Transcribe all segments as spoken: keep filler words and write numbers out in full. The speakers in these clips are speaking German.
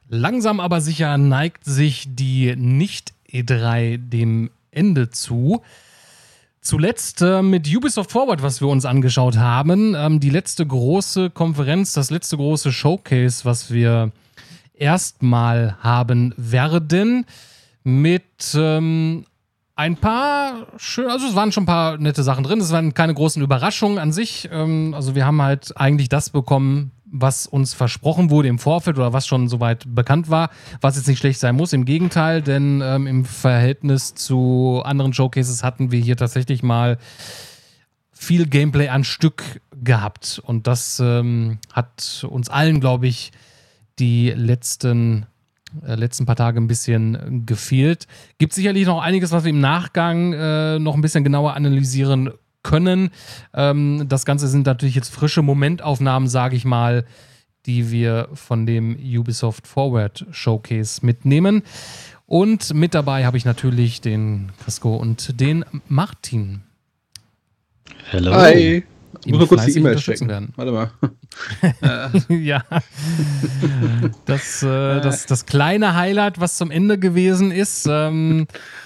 Langsam aber sicher neigt sich die Nicht-E drei dem Ende zu. Zuletzt äh, mit Ubisoft Forward, was wir uns angeschaut haben, ähm, die letzte große Konferenz, das letzte große Showcase, was wir erstmal haben werden, mit ähm, ein paar schön, also es waren schon ein paar nette Sachen drin, es waren keine großen Überraschungen an sich, ähm, also wir haben halt eigentlich das bekommen, was uns versprochen wurde im Vorfeld oder was schon soweit bekannt war, was jetzt nicht schlecht sein muss, im Gegenteil, denn ähm, im Verhältnis zu anderen Showcases hatten wir hier tatsächlich mal viel Gameplay an Stück gehabt und das ähm, hat uns allen, glaube ich, die letzten, äh, letzten paar Tage ein bisschen gefehlt. Gibt sicherlich noch einiges, was wir im Nachgang äh, noch ein bisschen genauer analysieren können. Ähm, das Ganze sind natürlich jetzt frische Momentaufnahmen, sage ich mal, die wir von dem Ubisoft Forward Showcase mitnehmen. Und mit dabei habe ich natürlich den Crisco und den Martin. Hello. Hi. Ich muss mal kurz die E-Mail checken. Werden. Warte mal. Ja. Das, äh, das, das kleine Highlight, was zum Ende gewesen ist. Ähm,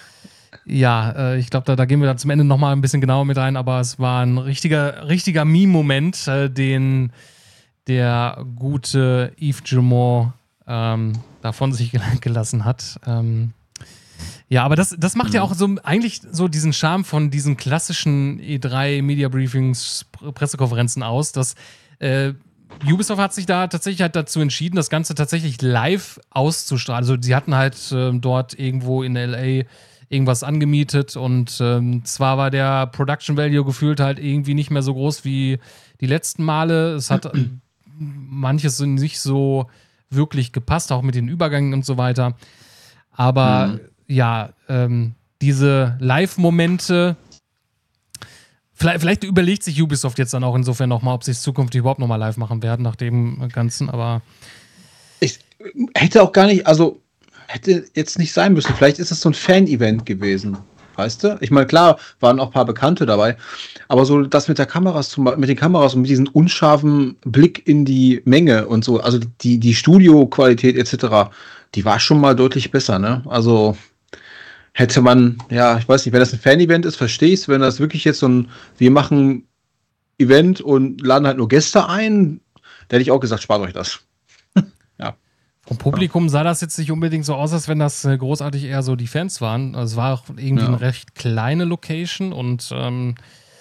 ja, äh, ich glaube, da, da gehen wir dann zum Ende nochmal ein bisschen genauer mit rein, aber es war ein richtiger, richtiger Meme-Moment, äh, den der gute Yves Guillemot ähm, davon sich gelassen hat. Ähm, Ja, aber das, das macht ja auch so eigentlich so diesen Charme von diesen klassischen E drei Media Briefings, Pressekonferenzen aus, dass äh, Ubisoft hat sich da tatsächlich halt dazu entschieden, das Ganze tatsächlich live auszustrahlen. Also sie hatten halt äh, dort irgendwo in L A irgendwas angemietet und ähm, zwar war der Production Value gefühlt halt irgendwie nicht mehr so groß wie die letzten Male. Es hat manches nicht so wirklich gepasst, auch mit den Übergängen und so weiter. Aber mhm. ja, ähm, diese Live-Momente, vielleicht, vielleicht überlegt sich Ubisoft jetzt dann auch insofern nochmal, ob sie es zukünftig überhaupt nochmal live machen werden, nach dem Ganzen, aber ich hätte auch gar nicht, also hätte jetzt nicht sein müssen. Vielleicht ist es so ein Fan-Event gewesen, weißt du? Ich meine, klar, waren auch ein paar Bekannte dabei, aber so das mit der Kameras, mit den Kameras und mit diesem unscharfen Blick in die Menge und so, also die, die Studioqualität et cetera, die war schon mal deutlich besser, ne? Also hätte man, ja, ich weiß nicht, wenn das ein Fan-Event ist, verstehe ich es. Wenn das wirklich jetzt so ein, wir machen Event und laden halt nur Gäste ein, da hätte ich auch gesagt, spart euch das. Ja. Vom Publikum sah das jetzt nicht unbedingt so aus, als wenn das großartig eher so die Fans waren. Also es war auch irgendwie ja. eine recht kleine Location und ähm,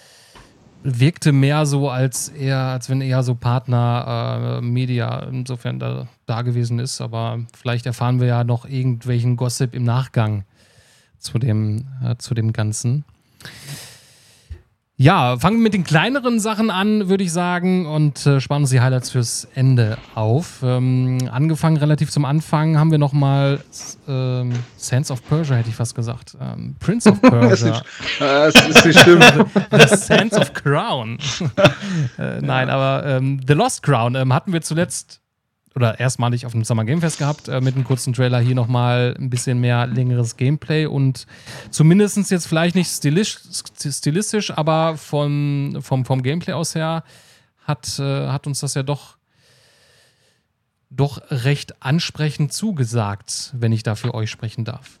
wirkte mehr so, als eher, als wenn eher so Partner äh, Media insofern da, da gewesen ist. Aber vielleicht erfahren wir ja noch irgendwelchen Gossip im Nachgang zu dem, äh, zu dem Ganzen. Ja, fangen wir mit den kleineren Sachen an, würde ich sagen, und äh, sparen uns die Highlights fürs Ende auf. Ähm, angefangen relativ zum Anfang haben wir nochmal ähm, Sands of Persia, hätte ich fast gesagt. Ähm, Prince of Persia. Das ist nicht schlimm. The Sands of Crown. äh, nein, ja. aber ähm, The Lost Crown ähm, hatten wir zuletzt oder erstmalig auf dem Summer Game Fest gehabt, äh, mit einem kurzen Trailer hier nochmal ein bisschen mehr längeres Gameplay und zumindest jetzt vielleicht nicht stilisch, stilistisch, aber von, vom, vom Gameplay aus her hat, äh, hat uns das ja doch, doch recht ansprechend zugesagt, wenn ich da für euch sprechen darf.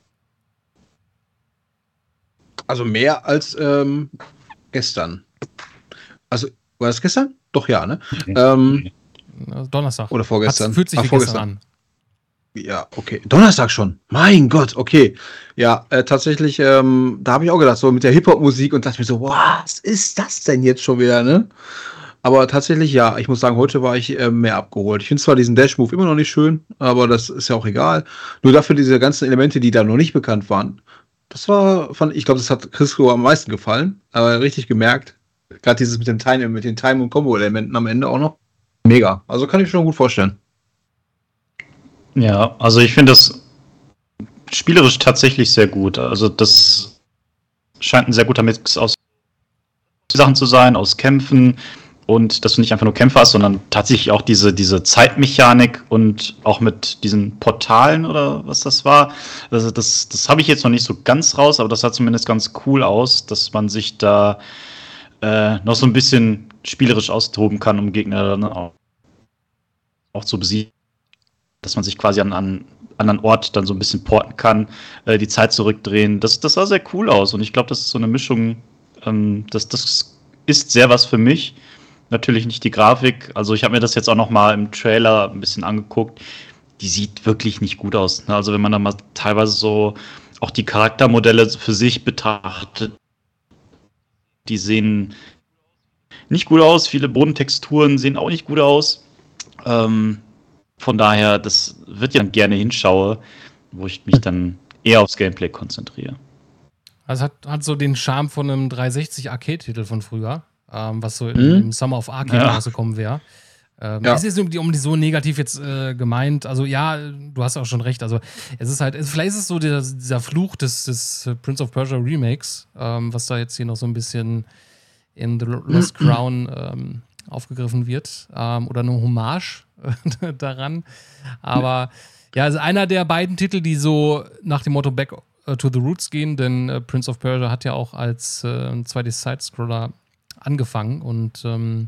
Also mehr als ähm, gestern. Also, war das gestern? Doch, ja, ne? Okay. Ähm, Donnerstag. Oder vorgestern. Hat's, fühlt sich Ach, wie vorgestern. gestern an. Ja, okay. Donnerstag schon. Mein Gott, okay. Ja, äh, tatsächlich, ähm, da habe ich auch gedacht, so mit der Hip-Hop-Musik und dachte mir so, was ist das denn jetzt schon wieder, ne? Aber tatsächlich, ja, ich muss sagen, heute war ich äh, mehr abgeholt. Ich finde zwar diesen Dash-Move immer noch nicht schön, aber das ist ja auch egal. Nur dafür diese ganzen Elemente, die da noch nicht bekannt waren. Das war, fand, ich glaube, das hat Crisco am meisten gefallen, aber richtig gemerkt. Gerade dieses mit dem Time, mit den Time- und Combo-Elementen am Ende auch noch. Mega. Also kann ich schon gut vorstellen. Ja, also ich finde das spielerisch tatsächlich sehr gut. Also das scheint ein sehr guter Mix aus Sachen zu sein, aus Kämpfen und dass du nicht einfach nur Kämpfe hast, sondern tatsächlich auch diese, diese Zeitmechanik und auch mit diesen Portalen oder was das war. Also das, das habe ich jetzt noch nicht so ganz raus, aber das sah zumindest ganz cool aus, dass man sich da äh, noch so ein bisschen spielerisch austoben kann, um Gegner dann auch, auch zu besiegen. dass man sich quasi an einen anderen Ort dann so ein bisschen porten kann, äh, die Zeit zurückdrehen. Das, das sah sehr cool aus und ich glaube, das ist so eine Mischung, ähm, das, das ist sehr was für mich. Natürlich nicht die Grafik, also ich habe mir das jetzt auch noch mal im Trailer ein bisschen angeguckt. Die sieht wirklich nicht gut aus. Ne? Also wenn man da mal teilweise so auch die Charaktermodelle für sich betrachtet, die sehen nicht gut aus. Viele Bodentexturen sehen auch nicht gut aus. Ähm, von daher, das wird ja gerne hinschaue, wo ich mich dann eher aufs Gameplay konzentriere. Also hat, hat so den Charme von einem dreihundertsechzig Arcade-Titel von früher, ähm, was so im, Hm? im Summer of Arcade Ja. rausgekommen wäre. Ähm, Ja. Es ist um die, um die so negativ jetzt äh, gemeint. Also ja, du hast auch schon recht. Also es ist halt, es, vielleicht ist es so der, dieser Fluch des, des Prince of Persia Remakes, ähm, was da jetzt hier noch so ein bisschen in The Lost Crown ähm, aufgegriffen wird. Ähm, oder eine Hommage äh, daran. Aber ja, also einer der beiden Titel, die so nach dem Motto Back to the Roots gehen, denn äh, Prince of Persia hat ja auch als äh, zwei D-Side-Scroller angefangen und ähm,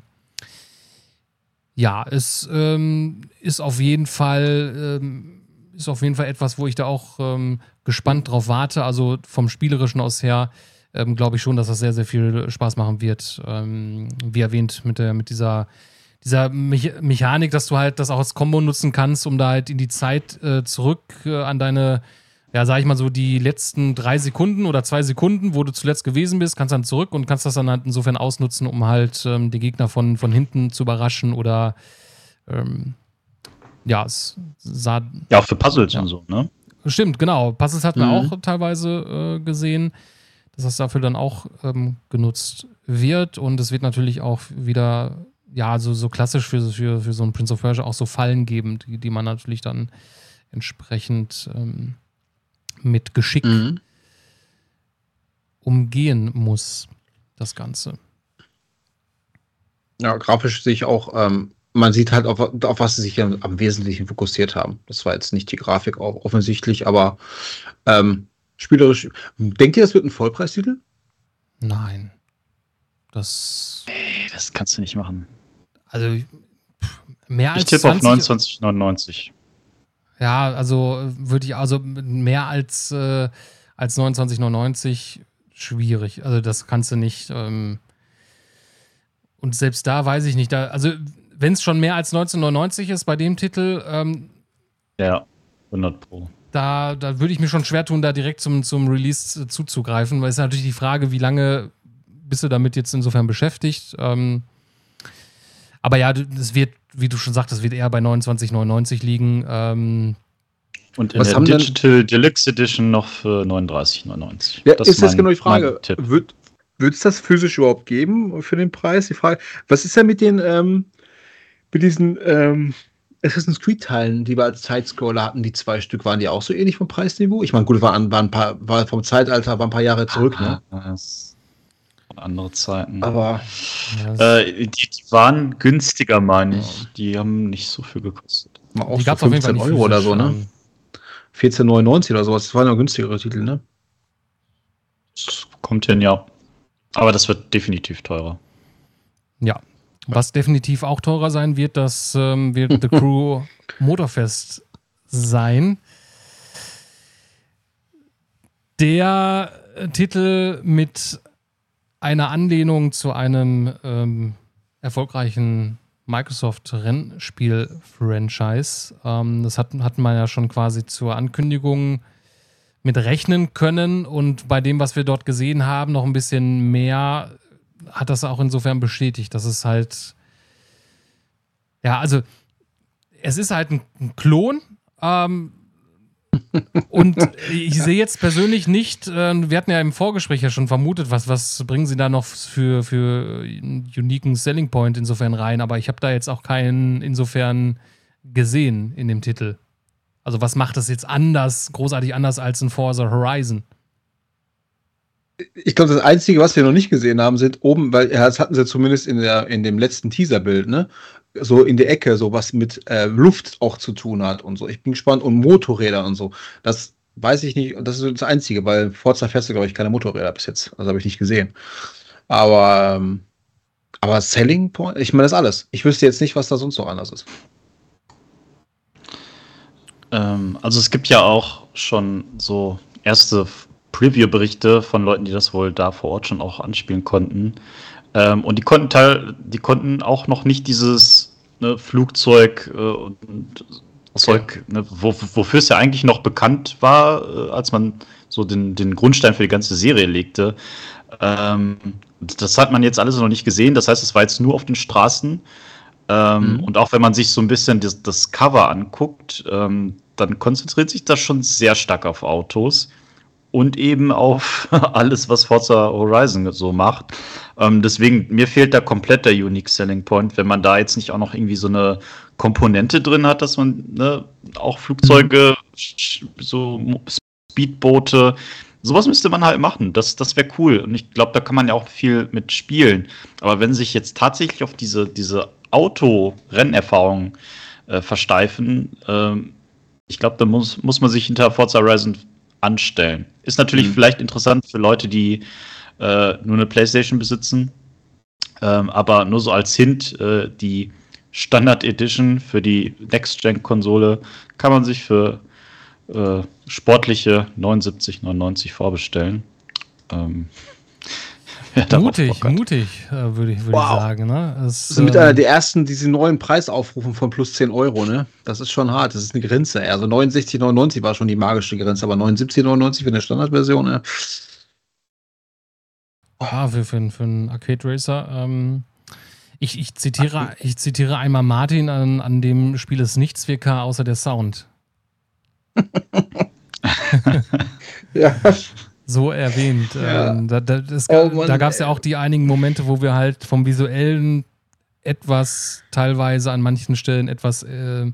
ja, es ähm, ist auf jeden Fall ähm, ist auf jeden Fall etwas, wo ich da auch ähm, gespannt drauf warte. Also vom Spielerischen aus her ähm, glaube ich schon, dass das sehr, sehr viel Spaß machen wird. Ähm, wie erwähnt, mit der, mit dieser, dieser Me- Mechanik, dass du halt das auch als Combo nutzen kannst, um da halt in die Zeit äh, zurück äh, an deine, ja, sag ich mal so, die letzten drei Sekunden oder zwei Sekunden, wo du zuletzt gewesen bist, kannst dann zurück und kannst das dann halt insofern ausnutzen, um halt ähm, die Gegner von, von hinten zu überraschen oder ähm, ja, es sah. Ja, auch für Puzzles Ja. und so, ne? Stimmt, genau. Puzzles hatten wir Mhm. auch teilweise äh, gesehen, dass das dafür dann auch ähm, genutzt wird und es wird natürlich auch wieder, ja, so, so klassisch für, für, für so ein Prince of Persia auch so Fallen geben, die, die man natürlich dann entsprechend ähm, mit Geschick Mhm. umgehen muss, das Ganze. Ja, grafisch sehe ich auch, ähm, man sieht halt, auf, auf was sie sich am, am Wesentlichen fokussiert haben. Das war jetzt nicht die Grafik auch offensichtlich, aber ähm, spielerisch. Denkt ihr, das wird ein Vollpreistitel? Nein. Das, Ey, das kannst du nicht machen. also pff, mehr als Ich tippe auf zwanzig neunundzwanzig neunundneunzig. Ja, also äh, würde ich, also mehr als, äh, als neunundzwanzig neunundneunzig schwierig. Also das kannst du nicht. Ähm, und selbst da weiß ich nicht. Da, also wenn es schon mehr als neunzehnhundertneunundneunzig ist bei dem Titel, ähm, Ja, hundert Pro. da, da würde ich mir schon schwer tun, da direkt zum, zum Release äh, zuzugreifen, weil es ist natürlich die Frage, wie lange bist du damit jetzt insofern beschäftigt. Ähm, aber ja, es wird, wie du schon sagtest, wird eher bei neunundzwanzig neunundneunzig liegen. Ähm, Und in Was der haben denn- Digital Deluxe Edition noch für neununddreißig neunundneunzig. Ja, Das ist jetzt mein- genau die Frage. mein Tipp. Wird es das physisch überhaupt geben für den Preis? Die Frage, was ist denn mit den, ähm, mit diesen ähm, Assassin's Creed-Teilen, die wir als Zeitscroller hatten, die zwei Stück, waren die auch so ähnlich vom Preisniveau? Ich meine, gut, waren, waren ein paar, war vom Zeitalter, waren ein paar Jahre zurück, ne? Ah, das waren andere Zeiten. Aber ja, Äh, die, die waren günstiger, meine ich. Die haben nicht so viel gekostet. mal auch die so gab es auf jeden Fall fünfzehn nicht Euro oder physisch, so, ne? ähm, vierzehn neunundneunzig oder sowas. Das waren ja günstigere Titel, ne? Das kommt hin, ja. Aber das wird definitiv teurer. Ja. Was definitiv auch teurer sein wird, das ähm, wird The Crew Motorfest sein. Der äh, Titel mit einer Anlehnung zu einem ähm, erfolgreichen Microsoft-Rennspiel-Franchise. Ähm, das hat, hat man ja schon quasi zur Ankündigung mit rechnen können und bei dem, was wir dort gesehen haben, noch ein bisschen mehr hat das auch insofern bestätigt, dass es halt ja, also es ist halt ein, ein Klon ähm, und ich sehe jetzt persönlich nicht, äh, wir hatten ja im Vorgespräch ja schon vermutet, was, was bringen sie da noch für, für einen uniken Selling Point insofern rein, aber ich habe da jetzt auch keinen insofern gesehen in dem Titel. Also was macht das jetzt anders, großartig anders als ein Forza Horizon? Ich glaube, das Einzige, was wir noch nicht gesehen haben, sind oben, weil ja, das hatten sie zumindest in, der, in dem letzten Teaserbild, ne? So in der Ecke, so was mit äh, Luft auch zu tun hat und so. Ich bin gespannt und Motorräder und so. Das weiß ich nicht. Das ist das Einzige, weil Forza fährst du, glaube ich, keine Motorräder bis jetzt. Also habe ich nicht gesehen. Aber, ähm, aber Selling Point, ich meine, das ist alles. Ich wüsste jetzt nicht, was da sonst noch anders ist. Ähm, also es gibt ja auch schon so erste Preview-Berichte von Leuten, die das wohl da vor Ort schon auch anspielen konnten. Ähm, und die konnten teil, die konnten auch noch nicht dieses ne, Flugzeug äh, und Zeug, ne, wo, wofür es ja eigentlich noch bekannt war, äh, als man so den, den Grundstein für die ganze Serie legte. Ähm, das hat man jetzt alles noch nicht gesehen. Das heißt, es war jetzt nur auf den Straßen. Ähm, Mhm. Und auch wenn man sich so ein bisschen das, das Cover anguckt, ähm, dann konzentriert sich das schon sehr stark auf Autos und eben auf alles, was Forza Horizon so macht. Ähm, deswegen, mir fehlt da komplett der Unique Selling Point, wenn man da jetzt nicht auch noch irgendwie so eine Komponente drin hat, dass man ne, auch Flugzeuge, sch- so Mo- Speedboote, sowas müsste man halt machen. Das, das wäre cool. Und ich glaube, da kann man ja auch viel mit spielen. Aber wenn sich jetzt tatsächlich auf diese, diese Auto-Rennerfahrung äh, versteifen, ähm, ich glaube, da muss, muss man sich hinter Forza Horizon anstellen. Ist natürlich Mhm. vielleicht interessant für Leute, die äh, nur eine PlayStation besitzen. Ähm, aber nur so als Hint, äh, die Standard Edition für die Next-Gen-Konsole kann man sich für äh, sportliche neunundsiebzig neunundneunzig vorbestellen. Ähm, wer darauf Mutig, Bock hat. mutig, äh, würde ich, würd ich Wow. sagen. Ne? Es, Das sind mit einer ähm, der ersten, die diesen neuen Preis aufrufen von plus zehn Euro, ne? Das ist schon hart, das ist eine Grenze. Also neunundsechzig neunundneunzig war schon die magische Grenze, aber neunundsiebzig neunundneunzig für eine Standardversion, ne? ja, für, für, für einen Arcade Racer. Ähm, ich, ich, zitiere, ich zitiere einmal Martin, an, an dem Spiel ist nichts vier K außer der Sound. Ja. So erwähnt. Ja. Ähm, da da, das, Oh Mann, da gab es ja ey. auch die einigen Momente, wo wir halt vom Visuellen etwas, teilweise an manchen Stellen etwas äh,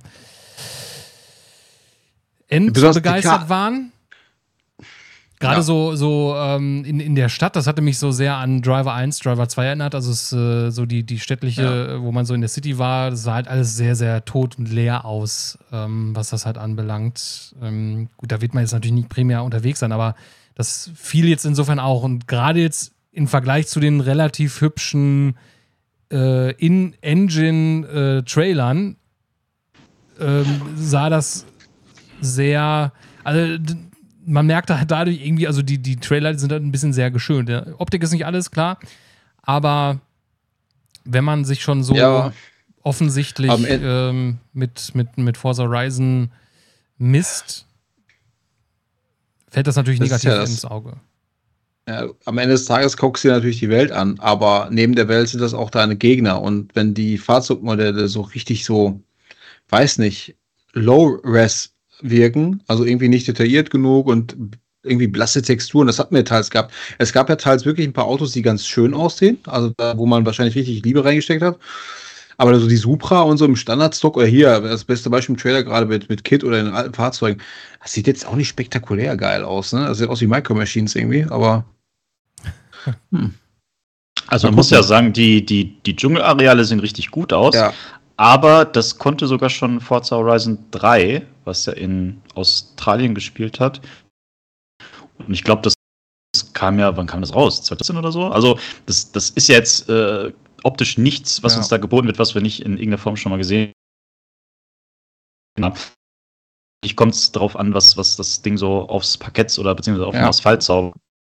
Besonders die endbegeistert Ka- waren. Gerade Ja. so, so ähm, in, in der Stadt, das hatte mich so sehr an Driver eins, Driver zwei erinnert. Also es, äh, so die, die städtliche, Ja. wo man so in der City war, das sah halt alles sehr, sehr tot und leer aus, ähm, was das halt anbelangt. Ähm, gut, da wird man jetzt natürlich nicht primär unterwegs sein, aber das fiel jetzt insofern auch. Und gerade jetzt im Vergleich zu den relativ hübschen äh, In-Engine-Trailern ähm, sah das sehr, also d- man merkt halt dadurch irgendwie, also die, die Trailer sind halt ein bisschen sehr geschönt. Ja. Optik ist nicht alles, klar, aber wenn man sich schon so Ja. offensichtlich Am Ende- ähm, mit, mit, mit Forza Horizon misst, fällt das natürlich Das ist negativ ja das- ins Auge. Ja, am Ende des Tages guckst du dir natürlich die Welt an, aber neben der Welt sind das auch deine Gegner. Und wenn die Fahrzeugmodelle so richtig so, weiß nicht, low-res wirken, also irgendwie nicht detailliert genug und irgendwie blasse Texturen, das hatten wir teils gehabt. Es gab ja teils wirklich ein paar Autos, die ganz schön aussehen, also da, wo man wahrscheinlich richtig Liebe reingesteckt hat. Aber so die Supra und so im Standardstock oder hier, das beste Beispiel im Trailer gerade mit, mit Kit oder in den alten Fahrzeugen, das sieht jetzt auch nicht spektakulär geil aus, ne? Das sieht aus wie Micro Machines irgendwie, aber hm. Also Mal man muss ja gucken. sagen, die, die, die Dschungelareale sehen richtig gut aus. Ja, Aber das konnte sogar schon Forza Horizon drei, was ja in Australien gespielt hat. Und ich glaube, das kam ja, wann kam das raus? zwanzig vierzehn oder so? Also, das, das ist ja jetzt äh, optisch nichts, was Ja. uns da geboten wird, was wir nicht in irgendeiner Form schon mal gesehen haben. Ich kommt es darauf an, was, was das Ding so aufs Parkett oder beziehungsweise auf den Ja. Asphalt zaubert.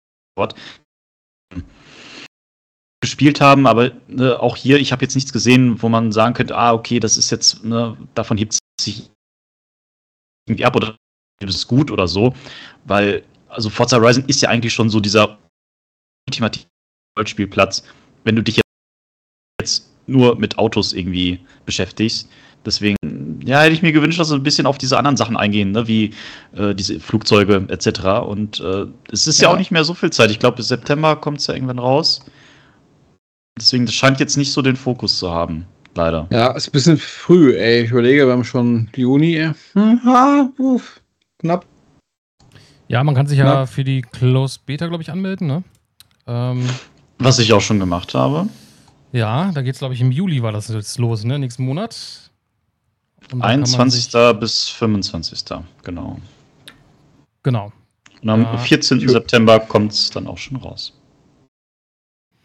Gespielt haben, aber ne, auch hier, ich habe jetzt nichts gesehen, wo man sagen könnte, ah, okay, das ist jetzt, ne, davon hebt es sich irgendwie ab oder das ist gut oder so, weil, also Forza Horizon ist ja eigentlich schon so dieser ultimative Spielplatz, wenn du dich jetzt nur mit Autos irgendwie beschäftigst. Deswegen, ja, hätte ich mir gewünscht, dass sie ein bisschen auf diese anderen Sachen eingehen, ne, wie äh, diese Flugzeuge et cetera. Und äh, es ist ja. Ja. auch nicht mehr so viel Zeit. Ich glaube, bis September kommt es ja irgendwann raus. Deswegen, das scheint jetzt nicht so den Fokus zu haben, leider. Ja, ist ein bisschen früh, ey. Ich überlege, wir haben schon Juni. ey. Hm, ha, uff, knapp. Ja, man kann sich ja Na. für die Closed Beta, glaube ich, anmelden, ne? Ähm, Was ich auch schon gemacht habe. ja, da geht's, glaube ich, im Juli war das jetzt los, ne? Nächsten Monat. Und da kann man sich- einundzwanzigsten bis fünfundzwanzigsten Genau. Genau. Und am Ja. vierzehnten Tschö. September kommt es dann auch schon raus.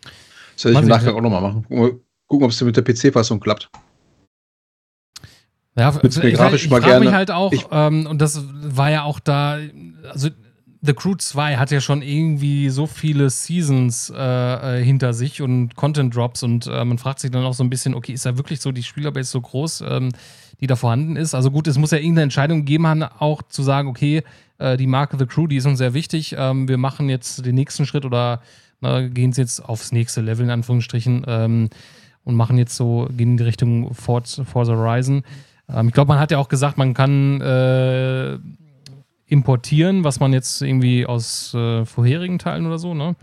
Das werde ich Mal im sehen, Nachgang so- auch nochmal machen. Gucken, gucken ob es mit der P C-Fassung klappt. Ja, Würd's mir ich, grafisch ich mal frage mich gerne- halt auch, ich- ähm, und das war ja auch da, also The Crew zwei hat ja schon irgendwie so viele Seasons äh, äh, hinter sich und Content Drops und äh, man fragt sich dann auch so ein bisschen, okay, ist da wirklich so die Spielerbase so groß, ähm, die da vorhanden ist? Also gut, es muss ja irgendeine Entscheidung geben, haben, auch zu sagen, okay, äh, die Marke The Crew, die ist uns sehr wichtig, ähm, wir machen jetzt den nächsten Schritt oder na, gehen jetzt aufs nächste Level in Anführungsstrichen ähm, und machen jetzt so, gehen in die Richtung Forza, Forza Horizon. Ähm, ich glaube, man hat ja auch gesagt, man kann äh, importieren, was man jetzt irgendwie aus äh, vorherigen Teilen oder so, ne?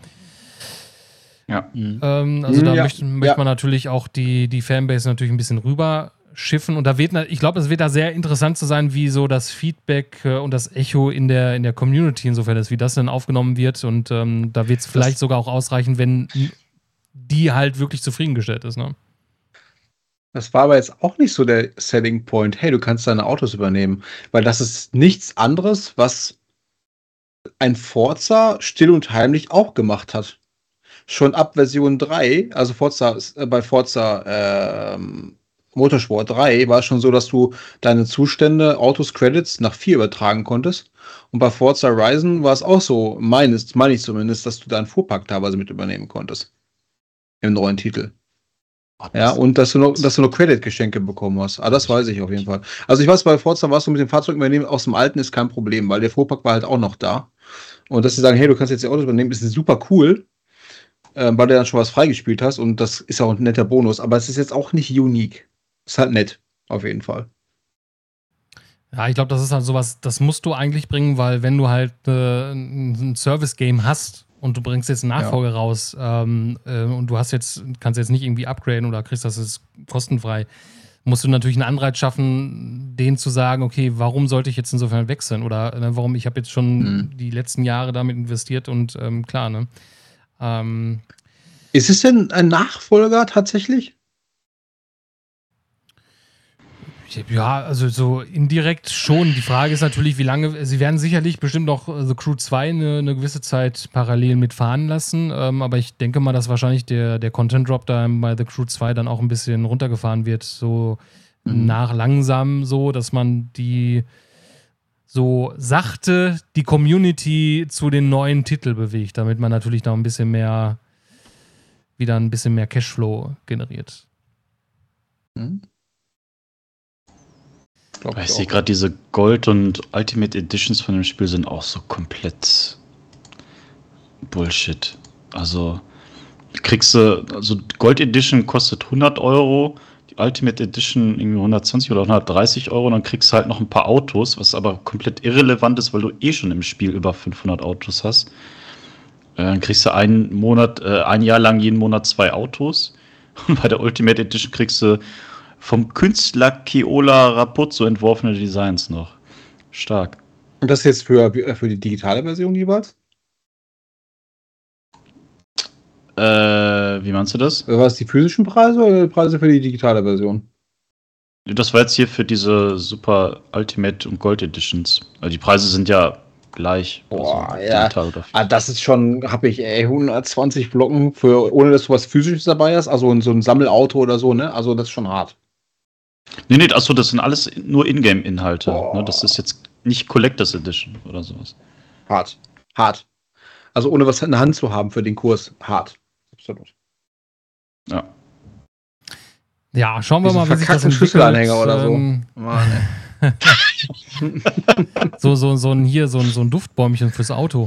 Ja. Ähm, also Hm, da ja, möchte, möchte ja. man natürlich auch die, die Fanbase natürlich ein bisschen rüber schiffen und da wird, na- ich glaube, es wird da sehr interessant zu sein, wie so das Feedback äh, und das Echo in der, in der Community insofern ist, wie das dann aufgenommen wird und ähm, da wird es vielleicht sogar auch ausreichen, wenn die halt wirklich zufriedengestellt ist, ne? Das war aber jetzt auch nicht so der Selling Point. Hey, du kannst deine Autos übernehmen. Weil das ist nichts anderes, was ein Forza still und heimlich auch gemacht hat. Schon ab Version drei, also Forza, äh, bei Forza ähm, Motorsport drei, war es schon so, dass du deine Zustände, Autos, Credits nach vier übertragen konntest. Und bei Forza Horizon war es auch so, meines, meine ich zumindest, dass du deinen Fuhrpark teilweise mit übernehmen konntest. Im neuen Titel. Ja, und dass du noch, dass du noch Credit-Geschenke bekommen hast. Ah, das weiß ich auf jeden Fall. Also ich weiß, bei Forza warst du mit dem Fahrzeug übernehmen aus dem alten ist kein Problem, weil der Fuhrpark war halt auch noch da. Und dass sie sagen, hey, du kannst jetzt die Autos übernehmen, ist super cool, äh, weil du dann schon was freigespielt hast und das ist auch ein netter Bonus. Aber es ist jetzt auch nicht unique. Ist halt nett, auf jeden Fall. Ja, ich glaube, das ist halt sowas, das musst du eigentlich bringen, weil wenn du halt äh, ein Service-Game hast und du bringst jetzt einen Nachfolger ja. raus ähm, äh, und du hast jetzt, kannst jetzt nicht irgendwie upgraden oder kriegst das jetzt kostenfrei, musst du natürlich einen Anreiz schaffen, denen zu sagen, okay, warum sollte ich jetzt insofern wechseln? Oder äh, warum, ich habe jetzt schon mhm. die letzten Jahre damit investiert und ähm, klar, ne? Ähm, ist es denn ein Nachfolger tatsächlich? Ja, also so indirekt schon. Die Frage ist natürlich, wie lange, sie werden sicherlich bestimmt noch The Crew zwei eine, eine gewisse Zeit parallel mitfahren lassen, ähm, aber ich denke mal, dass wahrscheinlich der, der Content Drop da bei The Crew zwei dann auch ein bisschen runtergefahren wird, so mhm. nach langsam so, dass man die so sachte die Community zu den neuen Titeln bewegt, damit man natürlich noch ein bisschen mehr, wieder ein bisschen mehr Cashflow generiert. Mhm. Ich, ich sehe gerade, diese Gold- und Ultimate Editions von dem Spiel sind auch so komplett Bullshit. Also kriegst du, also Gold Edition kostet hundert Euro, die Ultimate Edition irgendwie hundertzwanzig oder hundertdreißig Euro und dann kriegst du halt noch ein paar Autos, was aber komplett irrelevant ist, weil du eh schon im Spiel über fünfhundert Autos hast. Dann kriegst du einen Monat, äh, ein Jahr lang jeden Monat zwei Autos und bei der Ultimate Edition kriegst du vom Künstler Keola Rapuzzo entworfene Designs noch. Stark. Und das jetzt für, für die digitale Version jeweils? Äh, wie meinst du das? War es die physischen Preise oder die Preise für die digitale Version? Das war jetzt hier für diese Super Ultimate und Gold Editions. Also die Preise sind ja gleich. Boah, also ja. Ah, das ist schon, habe ich ey, hundertzwanzig Blocken für, ohne dass du was Physisches dabei hast, also so ein Sammelauto oder so, ne? Also das ist schon hart. Nee, nee, achso, das sind alles nur Ingame-Inhalte. Ne? Das ist jetzt nicht Collectors Edition oder sowas. Hart. Hart. Also ohne was in der Hand zu haben für den Kurs. Hart. Absolut. Ja. Ja, schauen wir Diese mal, wie sich das entwickelt. Schlüsselanhänger oder so. Ähm, Mann, so, so, so ein hier, so ein, so ein Duftbäumchen fürs Auto.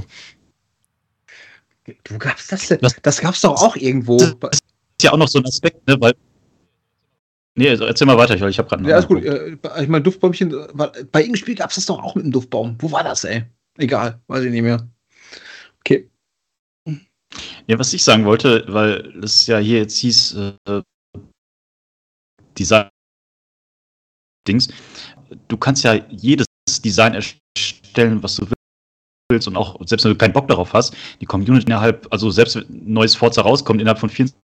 Du gab's das denn? Das, das gab's doch auch irgendwo. Das ist ja auch noch so ein Aspekt, ne? Weil Nee, also erzähl mal weiter, ich, ich habe gerade Ja, alles gut. Ich meine, Duftbäumchen, bei irgendeinem Spiel gab es das doch auch mit dem Duftbaum. Wo war das, ey? Egal, weiß ich nicht mehr. Okay. Ja, was ich sagen wollte, weil das ja hier jetzt hieß, äh, Design Dings, du kannst ja jedes Design erstellen, was du willst und auch, selbst wenn du keinen Bock darauf hast, die Community innerhalb, also selbst wenn ein neues Forza rauskommt, innerhalb von vierundzwanzig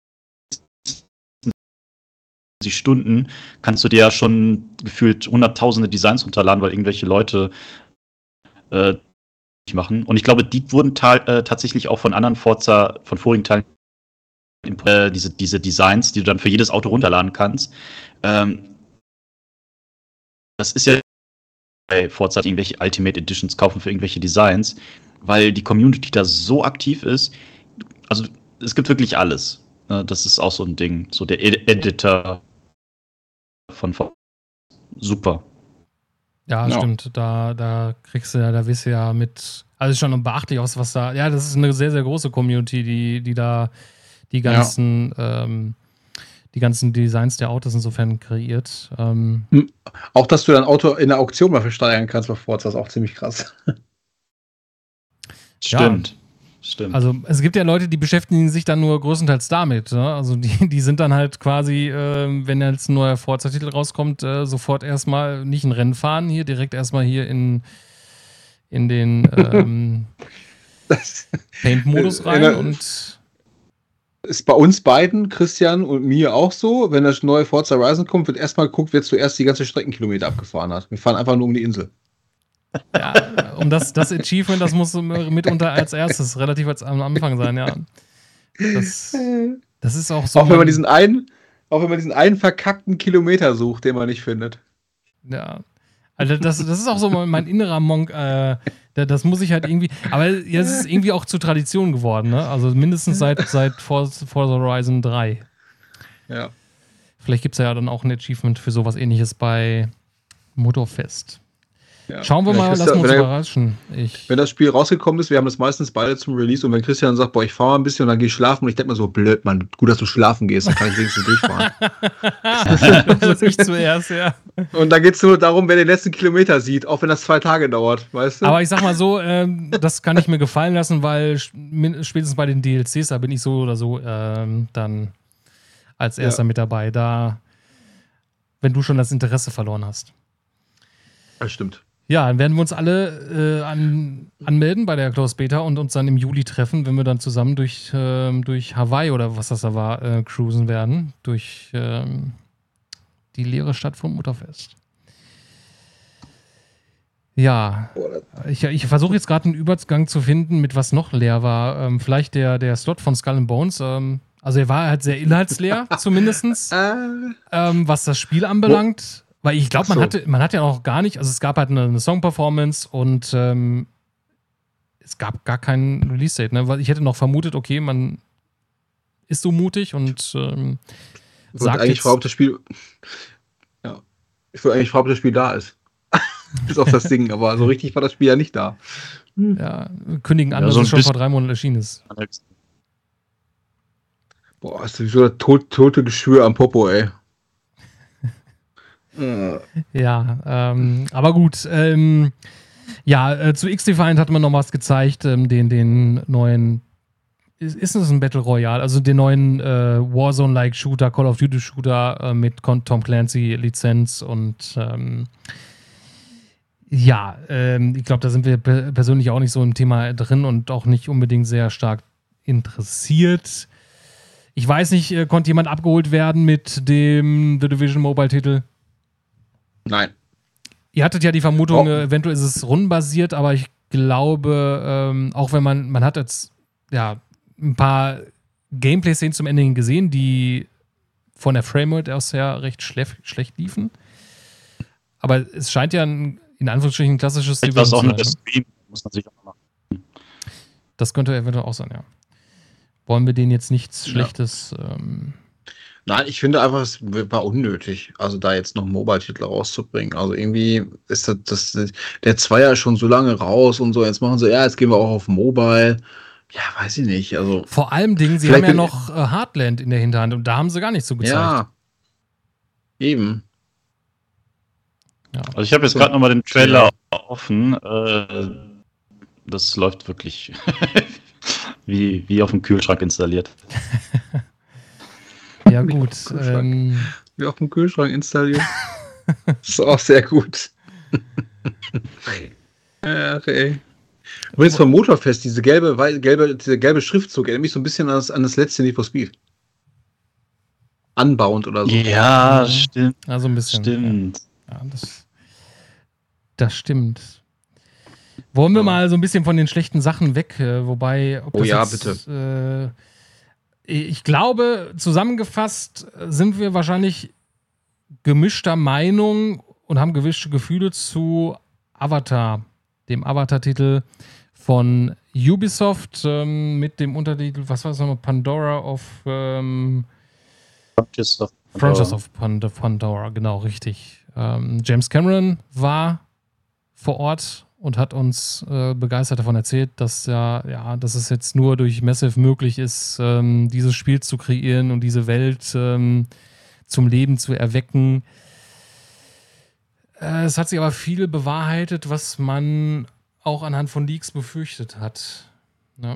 Stunden kannst du dir ja schon gefühlt hunderttausende Designs runterladen, weil irgendwelche Leute äh, machen. Und ich glaube, die wurden ta- äh, tatsächlich auch von anderen Forza, von vorigen Teilen, äh, diese, diese Designs, die du dann für jedes Auto runterladen kannst. Ähm, das ist ja bei Forza irgendwelche Ultimate Editions kaufen für irgendwelche Designs, weil die Community da so aktiv ist. Also es gibt wirklich alles. Das ist auch so ein Ding. So der Ed- Editor von Forza. Super. Ja, Ja. stimmt. Da, da kriegst du ja, da wirst du ja mit, also schon beachtlich aus, was da, ja, das ist eine sehr, sehr große Community, die, die da die ganzen, ja. ähm, die ganzen Designs der Autos insofern kreiert. Ähm, Auch, dass du dein Auto in der Auktion mal versteigern kannst bei Forza, ist auch ziemlich krass. Stimmt. Ja. Stimmt. Also es gibt ja Leute, die beschäftigen sich dann nur größtenteils damit. Ne? Also die, die sind dann halt quasi, äh, wenn jetzt ein neuer Forza-Titel rauskommt, äh, sofort erstmal nicht ein Rennen fahren, hier direkt erstmal hier in, in den ähm, Paint-Modus rein und ist bei uns beiden, Christian und mir auch so, wenn das neue Forza Horizon kommt, wird erstmal geguckt, wer zuerst die ganze Streckenkilometer abgefahren hat. Wir fahren einfach nur um die Insel. Ja, um das, das Achievement, das muss mitunter als erstes, relativ als am Anfang sein, ja. Das, das ist auch so. Auch wenn man diesen einen, auch wenn man diesen einen verkackten Kilometer sucht, den man nicht findet. Ja. Also das, das ist auch so mein innerer Monk, äh, das muss ich halt irgendwie, aber ja, es ist irgendwie auch zur Tradition geworden, ne? Also mindestens seit, seit Forza Horizon drei. Ja. Vielleicht gibt es ja dann auch ein Achievement für sowas ähnliches bei Motorfest. Ja. Schauen wir Ja, mal, Christian, lassen wir uns wenn er- überraschen. Ich, Wenn das Spiel rausgekommen ist, wir haben das meistens beide zum Release und wenn Christian sagt, boah, ich fahre mal ein bisschen und dann gehe ich schlafen und ich denke mir so, blöd, Mann, gut, dass du schlafen gehst, dann kann ich wenigstens durchfahren. das ich zuerst, ja. Und dann geht es nur darum, wer den letzten Kilometer sieht, auch wenn das zwei Tage dauert, weißt du? Aber ich sag mal so, ähm, das kann ich mir gefallen lassen, weil sp- spätestens bei den D L Cs, da bin ich so oder so ähm, dann als erster Ja. mit dabei. Da, wenn du schon das Interesse verloren hast. Das stimmt. Ja, dann werden wir uns alle äh, an, anmelden bei der Closed Beta und uns dann im Juli treffen, wenn wir dann zusammen durch, ähm, durch Hawaii oder was das da war, äh, cruisen werden. Durch ähm, die leere Stadt vom Motorfest. Ja, ich, ich versuche jetzt gerade einen Übergang zu finden, mit was noch leer war. Ähm, vielleicht der, der Slot von Skull and Bones. Ähm, also er war halt sehr inhaltsleer, zumindest, Äh, ähm, was das Spiel anbelangt. Weil ich glaube, man, Ach so. hatte, man hat ja auch gar nicht, also es gab halt eine, eine Song-Performance und ähm, es gab gar kein Release-Date. Ne? Weil ich hätte noch vermutet, okay, man ist so mutig und ähm, ich wollte sagt eigentlich jetzt, fragen, ob das Spiel. Ja. Ich wollte eigentlich fragen, ob das Spiel da ist. Ist auch das Ding, aber so richtig war das Spiel ja nicht da. ja, kündigen an, Ja, dass so es ein schon bisschen- vor drei Monaten erschienen ist. Boah, ist sowieso das tot, tote Geschwür am Popo, ey. Äh, Ja, ähm, aber gut. Ähm, ja, äh, zu X-Defiant hat man noch was gezeigt, ähm, den, den neuen, ist, ist das ein Battle Royale, also den neuen äh, Warzone-like Shooter, Call of Duty Shooter äh, mit Con- Tom Clancy Lizenz und ähm, ja, ähm, ich glaube, da sind wir pe- persönlich auch nicht so im Thema drin und auch nicht unbedingt sehr stark interessiert. Ich weiß nicht, äh, konnte jemand abgeholt werden mit dem The Division Mobile-Titel? Nein. Ihr hattet ja die Vermutung, Oh. äh, eventuell ist es rundenbasiert, aber ich glaube, ähm, auch wenn man, man hat jetzt ja ein paar Gameplay-Szenen zum Ende hin gesehen, die von der Framerate aus her recht schlef- schlecht liefen. Aber es scheint ja ein, in Anführungsstrichen, ein klassisches Vielleicht war es auch zu nur der sein, ne? Stream, muss man sich auch mal machen. Das könnte eventuell auch sein, ja. Wollen wir denen jetzt nichts Ja. Schlechtes ähm, Nein, ich finde einfach, es war unnötig, also da jetzt noch einen Mobile-Titel rauszubringen. Also irgendwie ist das, das der Zweier ist schon so lange raus und so. Jetzt machen sie, ja, jetzt gehen wir auch auf Mobile. Ja, weiß ich nicht. Also, vor allem Dingen, sie Vielleicht haben ja bin- noch äh, Heartland in der Hinterhand und da haben sie gar nichts so gezeigt. ja. Eben. Ja. Also ich habe jetzt So. gerade nochmal den Trailer offen. Äh, das läuft wirklich wie, wie auf dem Kühlschrank installiert. Ja, gut. Kühlschrank. ähm, Wie auf dem Kühlschrank installiert. Ist auch sehr gut. Ach, ey. Übrigens vom Motorfest, diese gelbe, wei- gelbe, dieser gelbe Schriftzug erinnert mich so ein bisschen an das, an das letzte Need for Speed. Unbound oder so. Ja, Mhm. stimmt. also ein bisschen. Stimmt. Ja, ja, das, das stimmt. Wollen wir Ja. mal so ein bisschen von den schlechten Sachen weg, äh, wobei, ob Oh das ja, jetzt, Äh, ich glaube, zusammengefasst sind wir wahrscheinlich gemischter Meinung und haben gewischte Gefühle zu Avatar, dem Avatar-Titel von Ubisoft ähm, mit dem Untertitel, was war das nochmal? Pandora of ähm, Frontiers of Pandora. Frontiers of Pand- Pandora, genau, richtig. Ähm, James Cameron war vor Ort und hat uns äh, begeistert davon erzählt, dass ja, ja, dass es jetzt nur durch Massive möglich ist, ähm, dieses Spiel zu kreieren und diese Welt ähm, zum Leben zu erwecken. Äh, es hat sich aber viel bewahrheitet, was man auch anhand von Leaks befürchtet hat. Ja.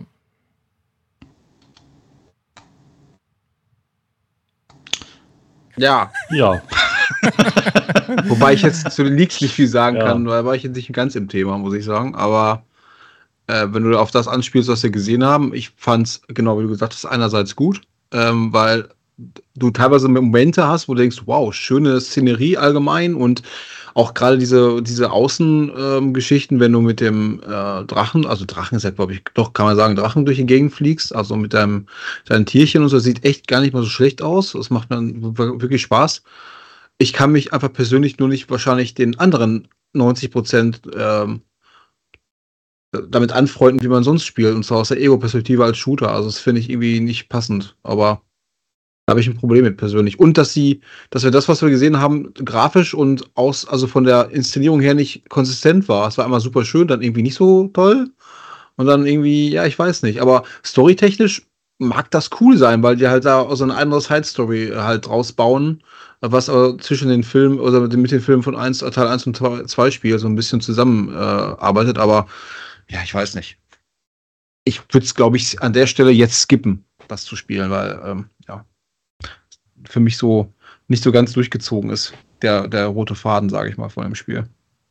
Ja. Ja. Wobei ich jetzt zu den Leaks nicht viel sagen Ja. kann, weil war ich jetzt nicht ganz im Thema, muss ich sagen. Aber äh, wenn du auf das anspielst, was wir gesehen haben, ich fand's, genau wie du gesagt hast, einerseits gut, ähm, weil du teilweise Momente hast, wo du denkst, wow, schöne Szenerie allgemein und auch gerade diese, diese Außengeschichten, ähm, wenn du mit dem äh, Drachen, also Drachen ist ja, glaube ich, doch kann man sagen, Drachen durch die Gegend fliegst, also mit deinem, deinen Tierchen und so, sieht echt gar nicht mal so schlecht aus. Das macht dann wirklich Spaß. Ich kann mich einfach persönlich nur nicht wahrscheinlich den anderen neunzig Prozent ähm, damit anfreunden, wie man sonst spielt, und zwar aus der Ego-Perspektive als Shooter. Also das finde ich irgendwie nicht passend, aber da habe ich ein Problem mit persönlich. Und dass sie, dass wir das, was wir gesehen haben, grafisch und aus, also von der Inszenierung her nicht konsistent war. Es war einmal super schön, dann irgendwie nicht so toll. Und dann irgendwie, ja, ich weiß nicht. Aber storytechnisch mag das cool sein, weil die halt da so eine andere Side-Story halt draus bauen, was aber zwischen den Filmen oder mit den Filmen von eins, Teil eins und zwei Spiel so ein bisschen zusammenarbeitet. Äh, arbeitet. Aber ja, ich weiß nicht. Ich würde es, glaube ich, an der Stelle jetzt skippen, das zu spielen, weil, ähm, ja, für mich so nicht so ganz durchgezogen ist, der, der rote Faden, sage ich mal, von dem Spiel.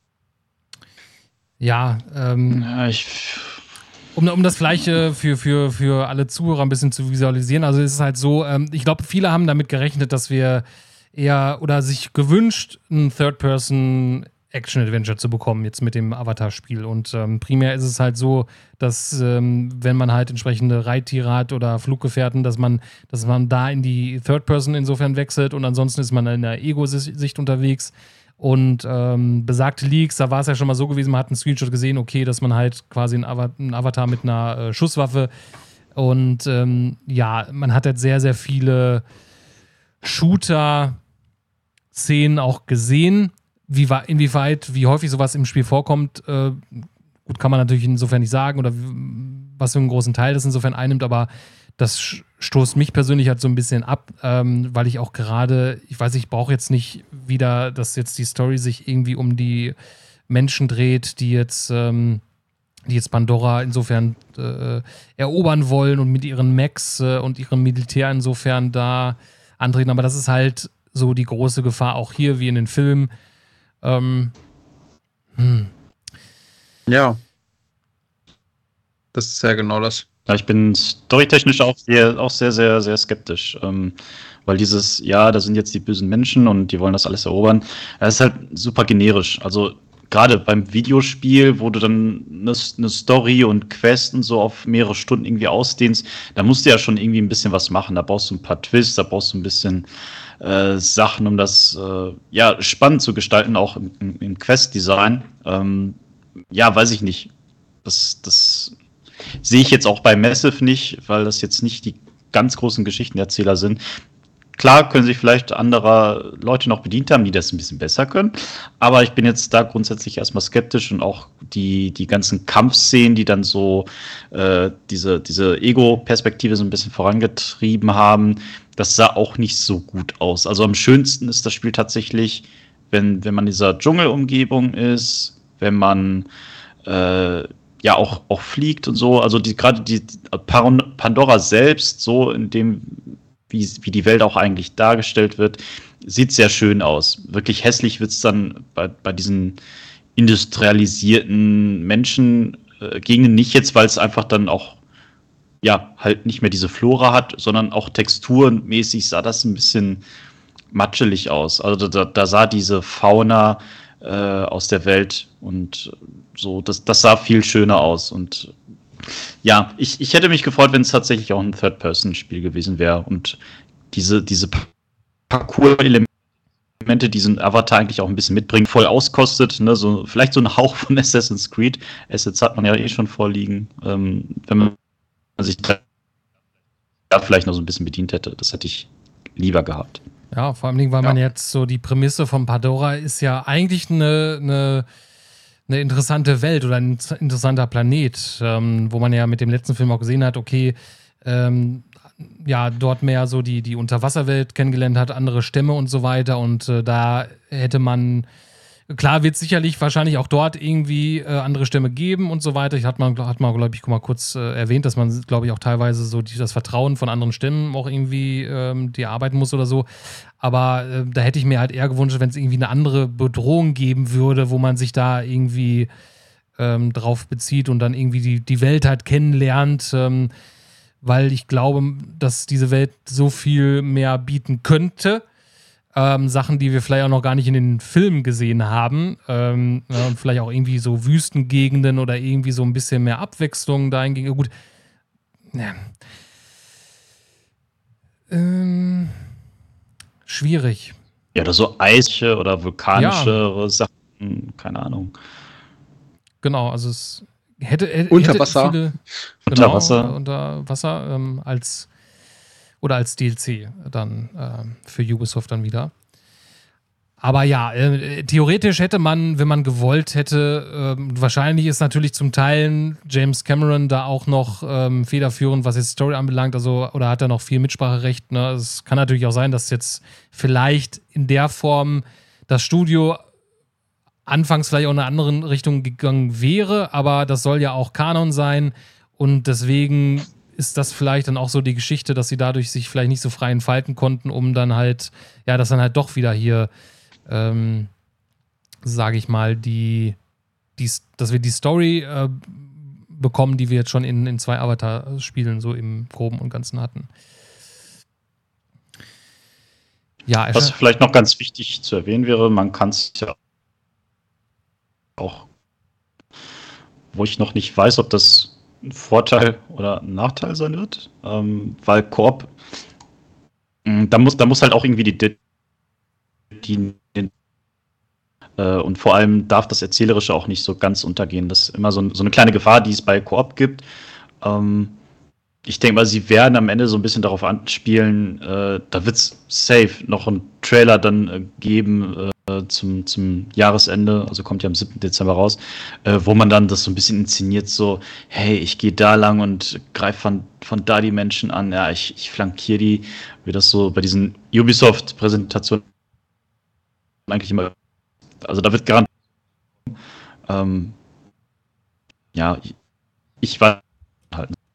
Ja, ähm, Ja, ich. Um, um das vielleicht äh, für, für, für alle Zuhörer ein bisschen zu visualisieren, also es ist halt so, ähm, ich glaube, viele haben damit gerechnet, dass wir eher oder sich gewünscht, ein Third-Person Action-Adventure zu bekommen, jetzt mit dem Avatar-Spiel. Und ähm, primär ist es halt so, dass ähm, wenn man halt entsprechende Reittiere hat oder Fluggefährten, dass man, dass man da in die Third-Person insofern wechselt und ansonsten ist man in der Ego-Sicht unterwegs. Und ähm, besagte Leaks, da war es ja schon mal so gewesen, man hat einen Screenshot gesehen, okay, dass man halt quasi einen Avatar, einen Avatar mit einer äh, Schusswaffe und ähm, ja, man hat jetzt sehr, sehr viele Shooter-Szenen auch gesehen. Wie, inwieweit, wie häufig sowas im Spiel vorkommt, äh, gut, kann man natürlich insofern nicht sagen oder was für einen großen Teil das insofern einnimmt, aber das stoßt mich persönlich halt so ein bisschen ab, ähm, weil ich auch gerade, ich weiß, ich brauche jetzt nicht wieder, dass jetzt die Story sich irgendwie um die Menschen dreht, die jetzt, ähm, die jetzt Pandora insofern äh, erobern wollen und mit ihren Mechs äh, und ihrem Militär insofern da antreten, aber das ist halt so die große Gefahr auch hier, wie in den Filmen. Ähm, hm. Ja. Das ist ja genau das. Ja, ich bin storytechnisch auch sehr, auch sehr, sehr, sehr skeptisch. Ähm, weil dieses, ja, da sind jetzt die bösen Menschen und die wollen das alles erobern, das ist halt super generisch. Also gerade beim Videospiel, wo du dann eine, eine Story und Quest und so auf mehrere Stunden irgendwie ausdehnst, da musst du ja schon irgendwie ein bisschen was machen. Da brauchst du ein paar Twists, da brauchst du ein bisschen äh, Sachen, um das äh, ja, spannend zu gestalten, auch im, im, im Quest-Design. Ähm, ja, weiß ich nicht. Das, das sehe ich jetzt auch bei Massive nicht, weil das jetzt nicht die ganz großen Geschichtenerzähler sind. Klar können sich vielleicht andere Leute noch bedient haben, die das ein bisschen besser können, aber ich bin jetzt da grundsätzlich erstmal skeptisch und auch die, die ganzen Kampfszenen, die dann so äh, diese, diese Ego-Perspektive so ein bisschen vorangetrieben haben, das sah auch nicht so gut aus. Also am schönsten ist das Spiel tatsächlich, wenn, wenn man in dieser Dschungelumgebung ist, wenn man äh, ja auch, auch fliegt und so. Also die, gerade die Pandora selbst, so in dem Wie, wie die Welt auch eigentlich dargestellt wird, sieht sehr schön aus. Wirklich hässlich wird es dann bei, bei diesen industrialisierten Menschengegenden äh, nicht jetzt, weil es einfach dann auch ja halt nicht mehr diese Flora hat, sondern auch texturenmäßig sah das ein bisschen matschelig aus. Also da, da sah diese Fauna äh, aus der Welt und so, das, das sah viel schöner aus. Und ja, ich, ich hätte mich gefreut, wenn es tatsächlich auch ein Third-Person-Spiel gewesen wäre und diese, diese Parcours-Elemente Elemente, die so ein Avatar eigentlich auch ein bisschen mitbringt, voll auskostet. Ne? So, vielleicht so ein Hauch von Assassin's Creed. Assets hat man ja eh schon vorliegen. Ähm, wenn man sich da vielleicht noch so ein bisschen bedient hätte, das hätte ich lieber gehabt. Ja, vor allem, weil ja. man jetzt so die Prämisse von Pandora ist ja eigentlich eine, eine, eine interessante Welt oder ein interessanter Planet, ähm, wo man ja mit dem letzten Film auch gesehen hat, okay, ähm, ja, dort mehr so die, die Unterwasserwelt kennengelernt hat, andere Stämme und so weiter. Und äh, da hätte man, klar wird es sicherlich wahrscheinlich auch dort irgendwie äh, andere Stämme geben und so weiter. Ich hatte mal, hat mal glaube ich, mal kurz äh, erwähnt, dass man, glaube ich, auch teilweise so die, das Vertrauen von anderen Stämmen auch irgendwie ähm, die arbeiten muss oder so. Aber äh, da hätte ich mir halt eher gewünscht, wenn es irgendwie eine andere Bedrohung geben würde, wo man sich da irgendwie ähm, drauf bezieht und dann irgendwie die, die Welt halt kennenlernt, ähm, weil ich glaube, dass diese Welt so viel mehr bieten könnte. Ähm, Sachen, die wir vielleicht auch noch gar nicht in den Filmen gesehen haben. Ähm, ja, und vielleicht auch irgendwie so Wüstengegenden oder irgendwie so ein bisschen mehr Abwechslung dahingegen. Gut. Ja. Ähm, schwierig. Ja, oder so eische oder vulkanische ja. Sachen, keine Ahnung. Genau, also es hätte, hätte unter Wasser. Viele, unter genau, Wasser. Unter Wasser ähm, als oder als D L C dann ähm, für Ubisoft dann wieder. Aber ja, äh, theoretisch hätte man, wenn man gewollt hätte, äh, wahrscheinlich ist natürlich zum Teil James Cameron da auch noch ähm, federführend, was jetzt Story anbelangt, also oder hat er noch viel Mitspracherecht. Ne? Es kann natürlich auch sein, dass jetzt vielleicht in der Form das Studio anfangs vielleicht auch in eine andere Richtung gegangen wäre, aber das soll ja auch Kanon sein und deswegen ist das vielleicht dann auch so die Geschichte, dass sie dadurch sich vielleicht nicht so frei entfalten konnten, um dann halt, ja, dass dann halt doch wieder hier, ähm, sage ich mal, die, die, dass wir die Story äh, bekommen, die wir jetzt schon in, in zwei Avatar-Spielen so im Groben und Ganzen hatten. Ja, was vielleicht noch ganz wichtig zu erwähnen wäre, man kann es ja auch, wo ich noch nicht weiß, ob das ein Vorteil oder ein Nachteil sein wird, ähm, weil Koop, mh, da muss, da muss halt auch irgendwie die, die, die äh, und vor allem darf das Erzählerische auch nicht so ganz untergehen. Das ist immer so, so eine kleine Gefahr, die es bei Koop gibt. Ähm, ich denke mal, sie werden am Ende so ein bisschen darauf anspielen, äh, da wird es safe noch einen Trailer dann äh, geben, äh, Zum, zum Jahresende, also kommt ja am siebten Dezember raus, äh, wo man dann das so ein bisschen inszeniert, so, hey, ich gehe da lang und greife von, von da die Menschen an, ja, ich, ich flankiere die, wie das so bei diesen Ubisoft-Präsentationen eigentlich immer, also da wird garantiert, ähm, ja, ich, ich weiß halt nicht.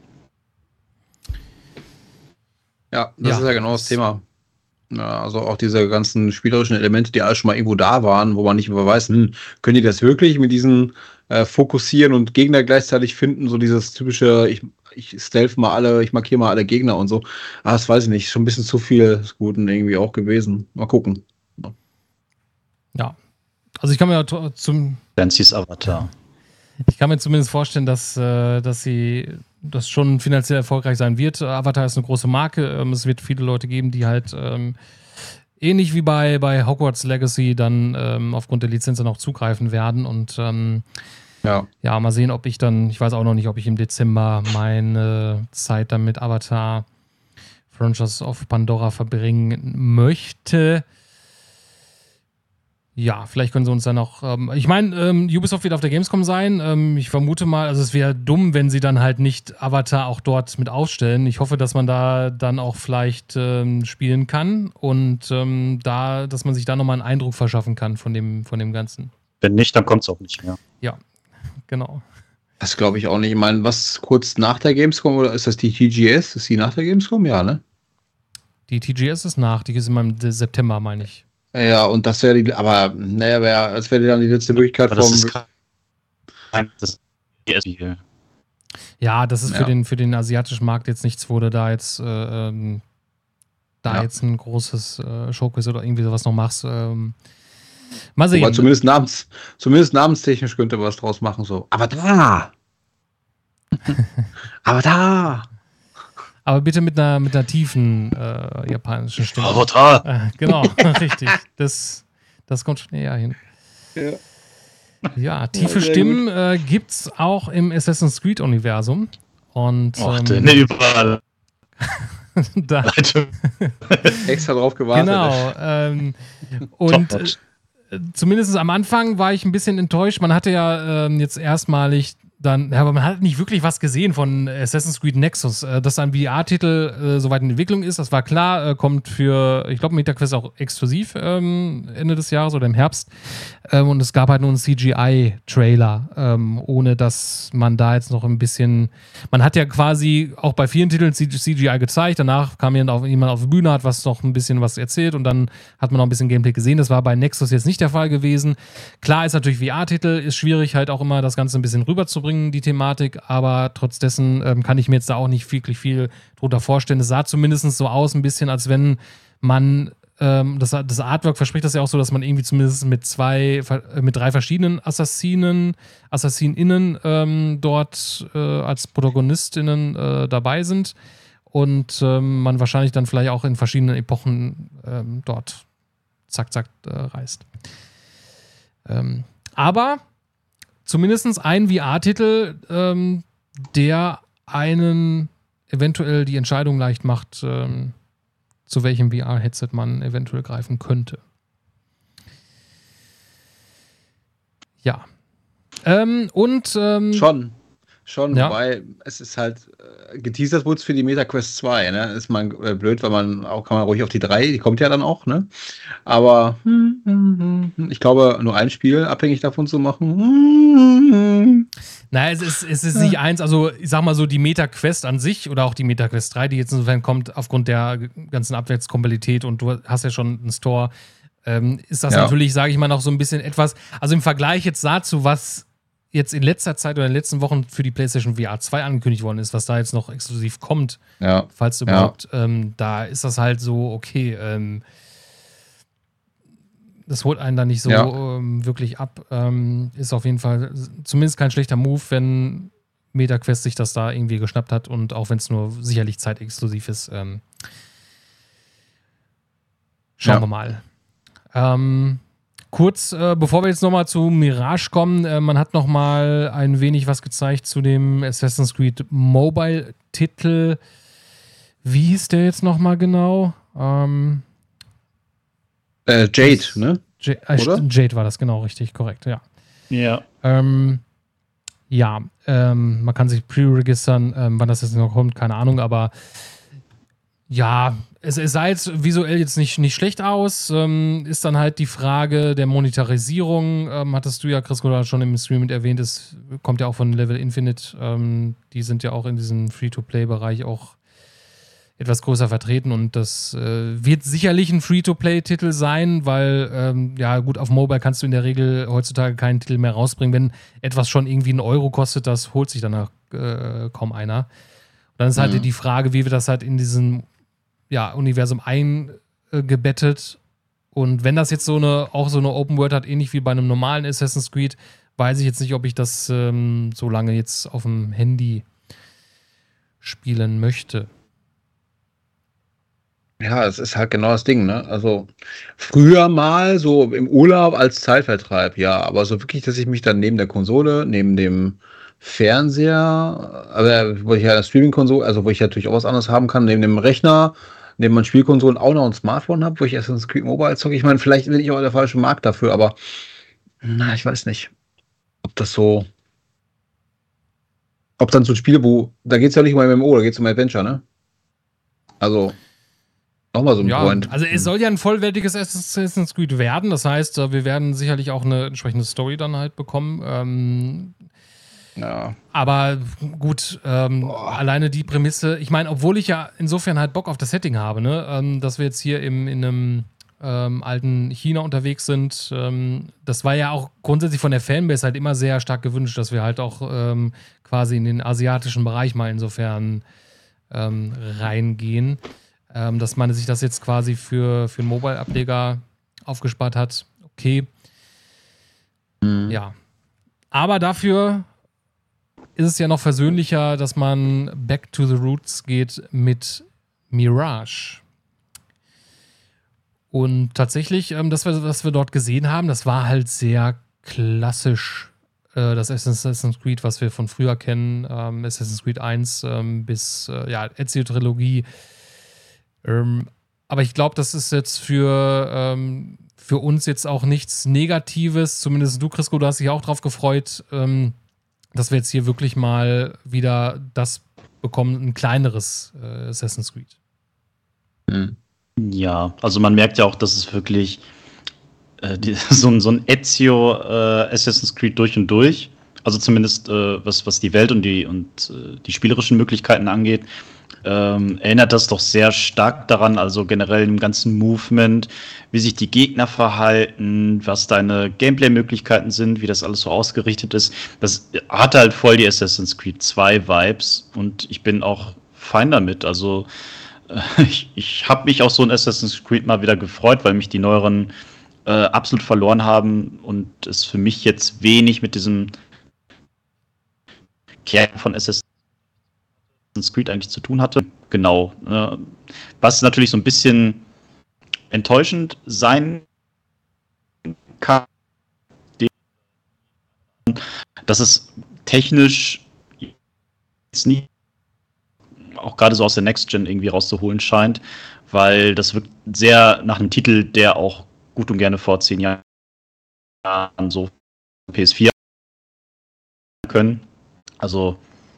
Ja, das ja. ist ja genau das Thema. Ja, also auch diese ganzen spielerischen Elemente, die alle schon mal irgendwo da waren, wo man nicht mehr weiß, hm, können die das wirklich mit diesen äh, Fokussieren und Gegner gleichzeitig finden, so dieses typische, ich, ich stealth mal alle, ich markiere mal alle Gegner und so. Ah, das weiß ich nicht, schon ein bisschen zu viel des Guten irgendwie auch gewesen. Mal gucken. Ja, ja. Also ich kann mir zum Dancy's Avatar. Ich kann mir zumindest vorstellen, dass, äh, dass sie das schon finanziell erfolgreich sein wird. Avatar ist eine große Marke. Ähm, es wird viele Leute geben, die halt ähm, ähnlich wie bei, bei Hogwarts Legacy dann ähm, aufgrund der Lizenz dann auch zugreifen werden. Und ähm, ja. ja, mal sehen, ob ich dann, ich weiß auch noch nicht, ob ich im Dezember meine Zeit dann mit Avatar Frontiers of Pandora verbringen möchte. Ja, vielleicht können sie uns dann auch, ähm, ich meine, ähm, Ubisoft wird auf der Gamescom sein. Ähm, ich vermute mal, also es wäre dumm, wenn sie dann halt nicht Avatar auch dort mit aufstellen. Ich hoffe, dass man da dann auch vielleicht ähm, spielen kann und ähm, da, dass man sich da nochmal einen Eindruck verschaffen kann von dem, von dem Ganzen. Wenn nicht, dann kommt es auch nicht mehr. Ja, genau. Das glaube ich auch nicht. Ich meine, was kurz nach der Gamescom oder ist das die T G S? Ist die nach der Gamescom? Ja, ne? Die T G S ist nach, die ist im September, meine ich. Ja, und das wäre die, aber naja, wär, das wäre dann die letzte Möglichkeit aber das vom. Ist kein, das ist ja, das ist ja. für den für den asiatischen Markt jetzt nichts, wo du da jetzt äh, ähm, da ja. jetzt ein großes äh, Showcase oder irgendwie sowas noch machst. Ähm, mal sehen. Aber zumindest namens, zumindest namenstechnisch könnte was draus machen, so. Aber da! Aber da! Aber bitte mit einer, mit einer tiefen äh, japanischen Stimme. Avatar! Äh, genau, richtig. Das, das kommt schon eher hin. Ja. Ja, tiefe Ja, sehr Stimmen äh, gibt es auch im Assassin's Creed-Universum. Und Och, ähm, ne, überall. da, Extra drauf gewartet. genau. Ähm, und äh, zumindest am Anfang war ich ein bisschen enttäuscht. Man hatte ja ähm, jetzt erstmalig dann, ja, aber man hat nicht wirklich was gesehen von Assassin's Creed Nexus. Äh, dass ein V R-Titel äh, soweit in Entwicklung ist, das war klar, äh, kommt für, ich glaube, MetaQuest auch exklusiv ähm, Ende des Jahres oder im Herbst. Ähm, und es gab halt nur einen C G I-Trailer, ähm, ohne dass man da jetzt noch ein bisschen, man hat ja quasi auch bei vielen Titeln C G I gezeigt, danach kam jemand auf die Bühne, hat was noch ein bisschen was erzählt und dann hat man noch ein bisschen Gameplay gesehen. Das war bei Nexus jetzt nicht der Fall gewesen. Klar ist natürlich V R-Titel, ist schwierig halt auch immer das Ganze ein bisschen rüberzubringen, die Thematik, aber trotz dessen ähm, kann ich mir jetzt da auch nicht wirklich viel drunter vorstellen. Es sah zumindest so aus, ein bisschen, als wenn man ähm, das, das Artwork verspricht das ja auch so, dass man irgendwie zumindest mit zwei, mit drei verschiedenen Assassinen, AssassinInnen ähm, dort äh, als ProtagonistInnen äh, dabei sind und ähm, man wahrscheinlich dann vielleicht auch in verschiedenen Epochen ähm, dort zack, zack äh, reist. Ähm, aber zumindest ein V R-Titel, ähm, der einen eventuell die Entscheidung leicht macht, ähm, zu welchem V R-Headset man eventuell greifen könnte. Ja. Ähm, und ähm, Schon. Schon, ja. Wobei es ist halt äh, geteasert wurde es für die MetaQuest zwei, ne? Ist man äh, blöd, weil man auch kann man ruhig auf die drei, die kommt ja dann auch, ne? Aber hm, hm, hm, ich glaube, nur ein Spiel abhängig davon zu machen. Hm, hm. Naja, es ist, es ist nicht eins, also ich sag mal so, die MetaQuest an sich oder auch die MetaQuest drei, die jetzt insofern kommt, aufgrund der ganzen Abwärtskompatibilität und du hast ja schon einen Store, ähm, ist das Ja. natürlich, sage ich mal, noch so ein bisschen etwas, also im Vergleich jetzt dazu, was jetzt in letzter Zeit oder in den letzten Wochen für die PlayStation V R zwei angekündigt worden ist, was da jetzt noch exklusiv kommt, Ja. falls Ja. überhaupt, ähm, da ist das halt so, okay, ähm, das holt einen da nicht so Ja. ähm, wirklich ab. Ähm, ist auf jeden Fall zumindest kein schlechter Move, wenn MetaQuest sich das da irgendwie geschnappt hat und auch wenn es nur sicherlich zeitexklusiv ist. Ähm, schauen Ja. wir mal. Ähm, kurz, äh, bevor wir jetzt nochmal zu Mirage kommen, äh, man hat nochmal ein wenig was gezeigt zu dem Assassin's Creed Mobile-Titel. Wie hieß der jetzt nochmal genau? Ähm, Äh, Jade, ne? J- äh, Oder? Jade war das, genau, richtig, korrekt, ja. Ja. Ähm, ja, ähm, man kann sich pre-registern, ähm, wann das jetzt noch kommt, keine Ahnung, aber ja, es, es sah jetzt visuell jetzt nicht, nicht schlecht aus. Ähm, ist dann halt die Frage der Monetarisierung, ähm, hattest du ja, Chris, gerade schon im Stream mit erwähnt, es kommt ja auch von Level Infinite. Ähm, die sind ja auch in diesem Free-to-Play-Bereich auch etwas größer vertreten und das äh, wird sicherlich ein Free-to-Play-Titel sein, weil, ähm, ja gut, auf Mobile kannst du in der Regel heutzutage keinen Titel mehr rausbringen. Wenn etwas schon irgendwie einen Euro kostet, das holt sich danach äh, kaum einer. Und dann ist halt Mhm. die Frage, wie wird das halt in diesem ja, Universum eingebettet. Und wenn das jetzt so eine, auch so eine Open World hat, ähnlich wie bei einem normalen Assassin's Creed, weiß ich jetzt nicht, ob ich das ähm, so lange jetzt auf dem Handy spielen möchte. Ja, es ist halt genau das Ding, ne? Also früher mal so im Urlaub als Zeitvertreib, ja, aber so wirklich, dass ich mich dann neben der Konsole, neben dem Fernseher, aber wo ich ja eine Streaming-Konsole, also wo ich natürlich auch was anderes haben kann, neben dem Rechner, neben meinen Spielkonsolen auch noch ein Smartphone habe, wo ich Assassin's Creed Mobile zocke. Ich meine, vielleicht bin ich auch der falsche Markt dafür, aber na, ich weiß nicht, ob das so, ob dann so Spiele, wo, da geht es ja nicht um M M O, da geht es um Adventure, ne? Also nochmal so ein Ja, Point. also es soll ja ein vollwertiges Assassin's Creed werden. Das heißt, äh, wir werden sicherlich auch eine entsprechende Story dann halt bekommen. Ähm, Ja. aber gut, ähm, Boah. alleine die Prämisse. Ich meine, obwohl ich ja insofern halt Bock auf das Setting habe, ne, ähm, dass wir jetzt hier im, in einem ähm, alten China unterwegs sind. Ähm, das war ja auch grundsätzlich von der Fanbase halt immer sehr stark gewünscht, dass wir halt auch ähm, quasi in den asiatischen Bereich mal insofern ähm, reingehen. Ähm, dass man sich das jetzt quasi für, für einen Mobile-Ableger aufgespart hat. Okay. Mhm. Ja. Aber dafür ist es ja noch versöhnlicher, dass man back to the roots geht mit Mirage. Und tatsächlich, ähm, das, was wir dort gesehen haben, das war halt sehr klassisch. Äh, das Assassin's Creed, was wir von früher kennen, ähm, Assassin's Creed eins ähm, bis äh, ja, Ezio-Trilogie. Ähm, aber ich glaube, das ist jetzt für, ähm, für uns jetzt auch nichts Negatives. Zumindest du, Crisco, du hast dich auch drauf gefreut, ähm, dass wir jetzt hier wirklich mal wieder das bekommen, ein kleineres äh, Assassin's Creed. Mhm. Ja, also man merkt ja auch, dass es wirklich äh, die, so, ein, so ein Ezio äh, Assassin's Creed durch und durch, also zumindest äh, was, was die Welt und die, und, äh, die spielerischen Möglichkeiten angeht, ähm, erinnert das doch sehr stark daran, also generell im ganzen Movement, wie sich die Gegner verhalten, was deine Gameplay-Möglichkeiten sind, wie das alles so ausgerichtet ist. Das hat halt voll die Assassin's Creed zwei Vibes und ich bin auch fein damit, also Ich, ich habe mich auf so ein Assassin's Creed mal wieder gefreut, weil mich die neueren äh, absolut verloren haben und es für mich jetzt wenig mit diesem Kern von Assassin's Creed eigentlich zu tun hatte. Genau. Äh, was natürlich so ein bisschen enttäuschend sein kann, dass es technisch jetzt nie auch gerade so aus der Next Gen irgendwie rauszuholen scheint, weil das wirkt sehr nach einem Titel, der auch gut und gerne vor zehn Jahren so P S vier können. Also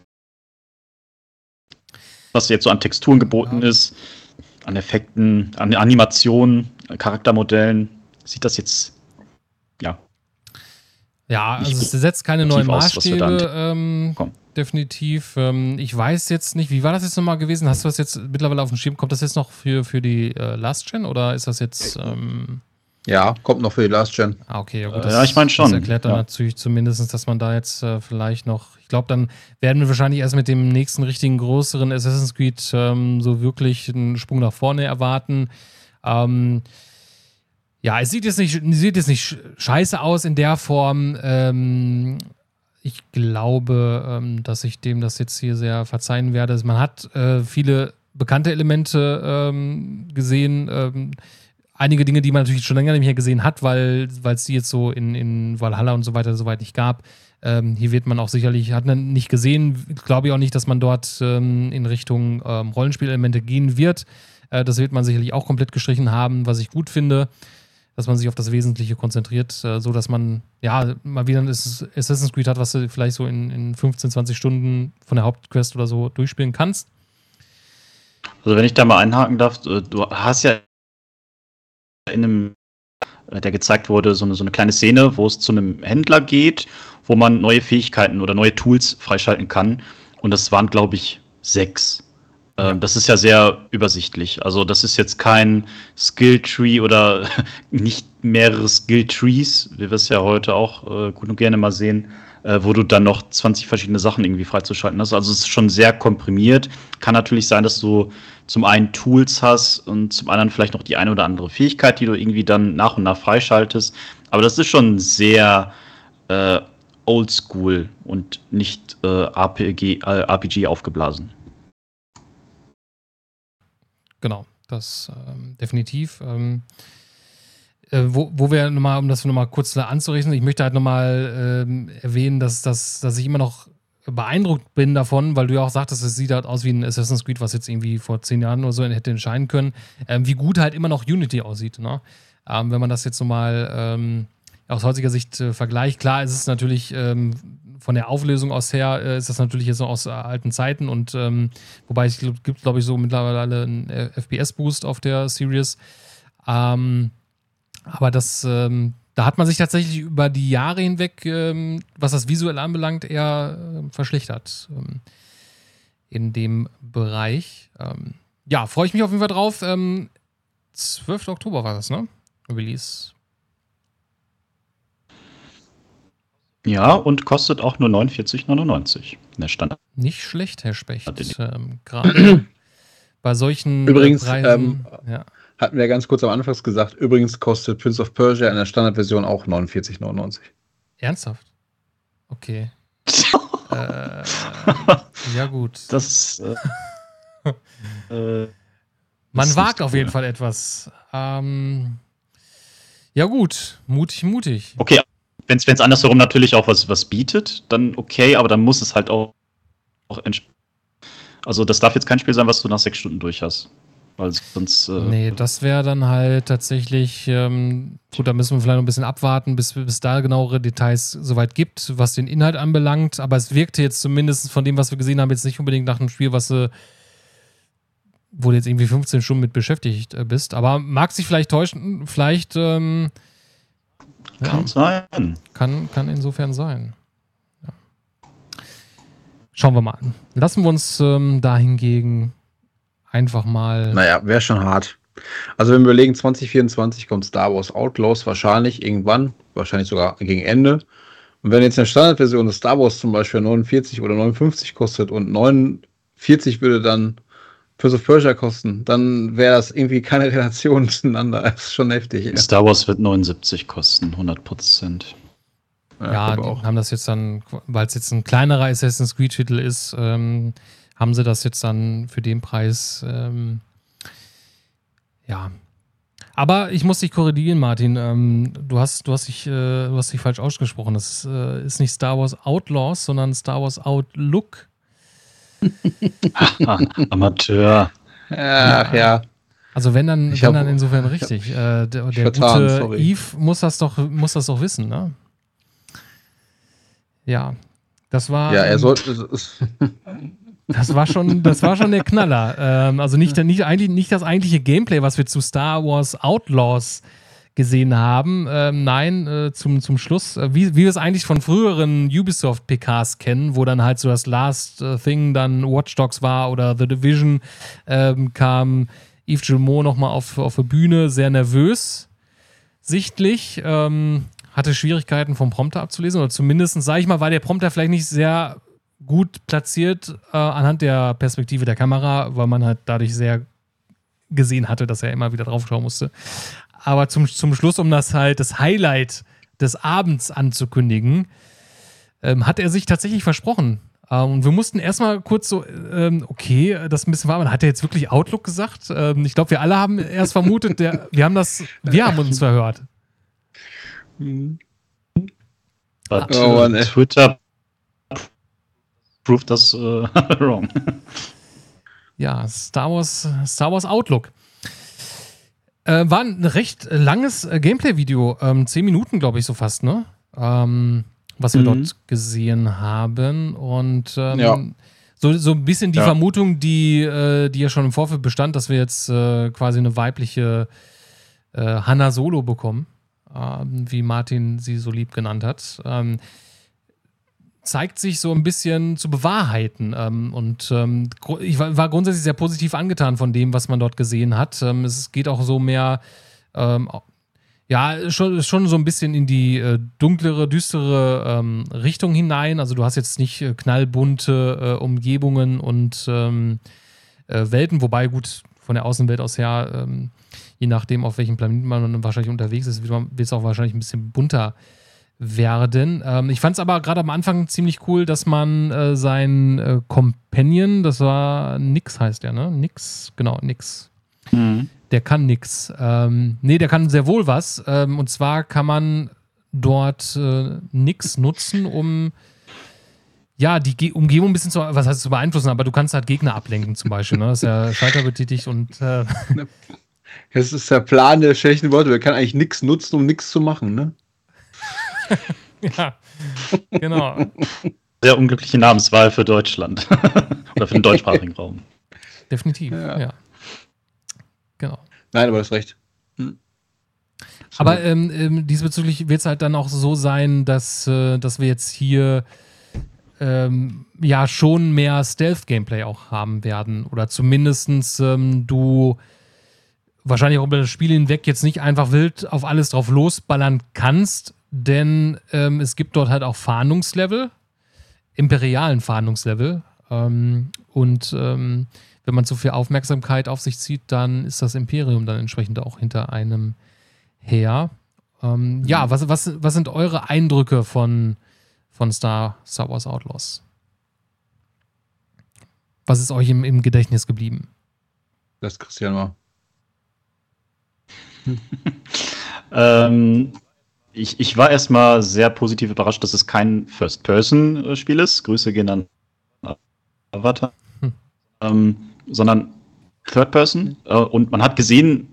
was jetzt so an Texturen geboten ja. ist, an Effekten, an Animationen, Charaktermodellen, sieht das jetzt ja. Ja, also es setzt keine neuen aus, Maßstäbe. Ähm, definitiv. Ähm, ich weiß jetzt nicht, wie war das jetzt nochmal gewesen? Hast du das jetzt mittlerweile auf dem Schirm? Kommt das jetzt noch für, für die äh, Last Gen oder ist das jetzt. Ähm ja, kommt noch für die Last Gen. Ah, okay, ja, gut. Das, ja, ich meine schon. Das erklärt dann ja. natürlich zumindest, dass man da jetzt äh, vielleicht noch. Ich glaube, dann werden wir wahrscheinlich erst mit dem nächsten richtigen größeren Assassin's Creed ähm, so wirklich einen Sprung nach vorne erwarten. Ähm. Ja, es sieht jetzt nicht, sieht jetzt nicht scheiße aus in der Form. Ähm, ich glaube, ähm, dass ich dem das jetzt hier sehr verzeihen werde. Man hat äh, viele bekannte Elemente ähm, gesehen. Ähm, einige Dinge, die man natürlich schon länger nicht mehr gesehen hat, weil es die jetzt so in, in Valhalla und so weiter so weit nicht gab. Ähm, hier wird man auch sicherlich, hat man nicht gesehen, glaube ich auch nicht, dass man dort ähm, in Richtung ähm, Rollenspielelemente gehen wird. Äh, das wird man sicherlich auch komplett gestrichen haben, was ich gut finde. Dass man sich auf das Wesentliche konzentriert, äh, so dass man ja mal wieder ein Assassin's Creed hat, was du vielleicht so in, in fünfzehn, zwanzig Stunden von der Hauptquest oder so durchspielen kannst. Also wenn ich da mal einhaken darf, du hast ja in einem, der gezeigt wurde, so eine, so eine kleine Szene, wo es zu einem Händler geht, wo man neue Fähigkeiten oder neue Tools freischalten kann. Und das waren, glaube ich, sechs. Ja. Das ist ja sehr übersichtlich. Also das ist jetzt kein Skill-Tree oder nicht mehrere Skill-Trees, wie wir es ja heute auch äh, gut und gerne mal sehen, äh, wo du dann noch zwanzig verschiedene Sachen irgendwie freizuschalten hast. Also es ist schon sehr komprimiert. Kann natürlich sein, dass du zum einen Tools hast und zum anderen vielleicht noch die eine oder andere Fähigkeit, die du irgendwie dann nach und nach freischaltest. Aber das ist schon sehr äh, oldschool und nicht äh, R P G, äh, R P G aufgeblasen. Genau, das ähm, definitiv. Ähm, äh, wo, wo wir nochmal, um das nochmal kurz anzurechnen, ich möchte halt nochmal ähm, erwähnen, dass, dass, dass ich immer noch beeindruckt bin davon, weil du ja auch sagtest, es sieht halt aus wie ein Assassin's Creed, was jetzt irgendwie vor zehn Jahren oder so hätte entscheiden können, ähm, wie gut halt immer noch Unity aussieht. Ne? Ähm, wenn man das jetzt so mal ähm, aus heutiger Sicht äh, vergleicht, klar, ist es natürlich ähm, von der Auflösung aus her, äh, ist das natürlich jetzt noch aus äh, alten Zeiten und ähm, wobei es glaub, gibt, glaube ich, so mittlerweile einen äh, F P S-Boost auf der Series. Ähm, aber das, ähm, da hat man sich tatsächlich über die Jahre hinweg, ähm, was das visuell anbelangt, eher äh, verschlechtert ähm, in dem Bereich. Ähm, ja, freue ich mich auf jeden Fall drauf. Ähm, zwölfter Oktober war das, ne? Release. Ja, und kostet auch nur neunundvierzig neunundneunzig in der Standard. Nicht schlecht, Herr Specht. Ähm, Gerade bei solchen Übrigens, Preisen. Ähm, ja. Hatten wir ganz kurz am Anfang gesagt, übrigens kostet Prince of Persia in der Standardversion auch neunundvierzig neunundneunzig. Ernsthaft? Okay. äh, ja, gut. Das äh, äh, Man ist wagt nicht auf cool. jeden Fall etwas. Ähm, ja, gut. Mutig, mutig. Okay, wenn es andersherum natürlich auch was, was bietet, dann okay, aber dann muss es halt auch, auch ents- also das darf jetzt kein Spiel sein, was du nach sechs Stunden durch hast. Weil sonst. Äh, Nee, das wäre dann halt tatsächlich, ähm, gut, da müssen wir vielleicht noch ein bisschen abwarten, bis bis da genauere Details soweit gibt, was den Inhalt anbelangt. Aber es wirkte jetzt zumindest von dem, was wir gesehen haben, jetzt nicht unbedingt nach einem Spiel, was du, wo du jetzt irgendwie fünfzehn Stunden mit beschäftigt äh, bist. Aber mag sich vielleicht täuschen, vielleicht ähm, kann ja, sein. kann, kann insofern sein. Ja. Schauen wir mal an. Lassen wir uns ähm, da hingegen einfach mal. Naja, wäre schon hart. Also wenn wir überlegen, zwanzig vierundzwanzig kommt Star Wars Outlaws wahrscheinlich irgendwann, wahrscheinlich sogar gegen Ende. Und wenn jetzt eine Standardversion des Star Wars zum Beispiel neunundvierzig oder neunundfünfzig kostet und neunundvierzig würde dann Prince of Persia kosten, dann wäre das irgendwie keine Relation zueinander. Das ist schon heftig. Ja, Star Wars wird neunundsiebzig kosten, hundert Prozent. Ja, aber die auch. haben das jetzt dann, weil es jetzt ein kleinerer Assassin's Creed-Titel ist, ähm, haben sie das jetzt dann für den Preis, ähm, ja. Aber ich muss dich korrigieren, Martin. Ähm, du, hast, du, hast dich, äh, du hast dich falsch ausgesprochen. Das äh, ist nicht Star Wars Outlaws, sondern Star Wars Outlook. Ah, Amateur. Ach ja. Also wenn dann, Ich wenn hab- dann insofern richtig. Äh, der der vertan, gute sorry. Yves muss das doch, muss das doch wissen, ne? Ja. Das war. Ja, er ähm, sollte. Das war schon, das war schon der Knaller. Ähm, also nicht, nicht, eigentlich, nicht das eigentliche Gameplay, was wir zu Star Wars Outlaws gesehen haben. Ähm, nein, äh, zum, zum Schluss, äh, wie, wie wir es eigentlich von früheren Ubisoft-P Ks kennen, wo dann halt so das Last äh, Thing dann Watch Dogs war oder The Division, ähm, kam Yves Guillemot nochmal auf, auf der Bühne, sehr nervös, sichtlich, ähm, hatte Schwierigkeiten vom Prompter abzulesen oder zumindest, sage ich mal, war der Prompter vielleicht nicht sehr gut platziert äh, anhand der Perspektive der Kamera, weil man halt dadurch sehr gesehen hatte, dass er immer wieder drauf schauen musste. Aber zum, zum Schluss, um das halt das Highlight des Abends anzukündigen, ähm, hat er sich tatsächlich versprochen. Ähm, und wir mussten erstmal kurz so, ähm, okay, das ein bisschen war, hat er jetzt wirklich Outlook gesagt? Ähm, ich glaube, wir alle haben erst vermutet, der, wir haben das, wir haben uns verhört. But, Oh, Mann, äh, ey. Twitter proved das äh, wrong. Ja, Star Wars, Star Wars Outlook. Äh, war ein recht langes äh, Gameplay-Video, ähm, zehn Minuten, glaube ich, so fast, ne? Ähm, was wir Mhm. dort gesehen haben. Und ähm, Ja. so, so ein bisschen die Ja. Vermutung, die, äh, die ja schon im Vorfeld bestand, dass wir jetzt äh, quasi eine weibliche äh, Hanna Solo bekommen, ähm, wie Martin sie so lieb genannt hat. Ähm, zeigt sich so ein bisschen zu bewahrheiten. Ähm, und ähm, gru- ich war, war grundsätzlich sehr positiv angetan von dem, was man dort gesehen hat. Ähm, es geht auch so mehr, ähm, au- ja, schon, schon so ein bisschen in die äh, dunklere, düstere ähm, Richtung hinein. Also du hast jetzt nicht äh, knallbunte äh, Umgebungen und ähm, äh, Welten, wobei gut, von der Außenwelt aus her, ähm, je nachdem, auf welchem Planeten man wahrscheinlich unterwegs ist, wird es auch wahrscheinlich ein bisschen bunter werden. Ähm, ich fand es aber gerade am Anfang ziemlich cool, dass man äh, seinen äh, Companion, das war Nix heißt der, ne? Nix, genau, Nix. Mhm. Der kann nix. Ähm, nee, der kann sehr wohl was. Ähm, und zwar kann man dort äh, Nix nutzen, um ja, die Ge Umgebung ein bisschen zu, was heißt zu beeinflussen, aber du kannst halt Gegner ablenken zum Beispiel, ne? Das ist ja Schalter betätigt und äh, Das ist der Plan der schlechten Worte. Wir können eigentlich nichts nutzen, um nichts zu machen, ne? ja, genau. Sehr unglückliche Namenswahl für Deutschland. Oder für den deutschsprachigen Raum. Definitiv, ja. Ja. Genau. Nein, aber das ist recht. Aber ähm, ähm, diesbezüglich wird es halt dann auch so sein, dass, äh, dass wir jetzt hier ähm, ja schon mehr Stealth-Gameplay auch haben werden. Oder zumindestens ähm, du wahrscheinlich auch über das Spiel hinweg jetzt nicht einfach wild auf alles drauf losballern kannst, denn ähm, es gibt dort halt auch Fahndungslevel, imperialen Fahndungslevel. Ähm, und ähm, wenn man zu viel Aufmerksamkeit auf sich zieht, dann ist das Imperium dann entsprechend auch hinter einem her. Ähm, ja, was, was, was sind eure Eindrücke von, von Star, Star Wars Outlaws? Was ist euch im, im Gedächtnis geblieben? Das Christian mal. ähm, ich, ich war erstmal sehr positiv überrascht, dass es kein First-Person-Spiel ist. Grüße gehen an Avatar. Hm. Ähm, sondern Third-Person. Äh, und man hat gesehen,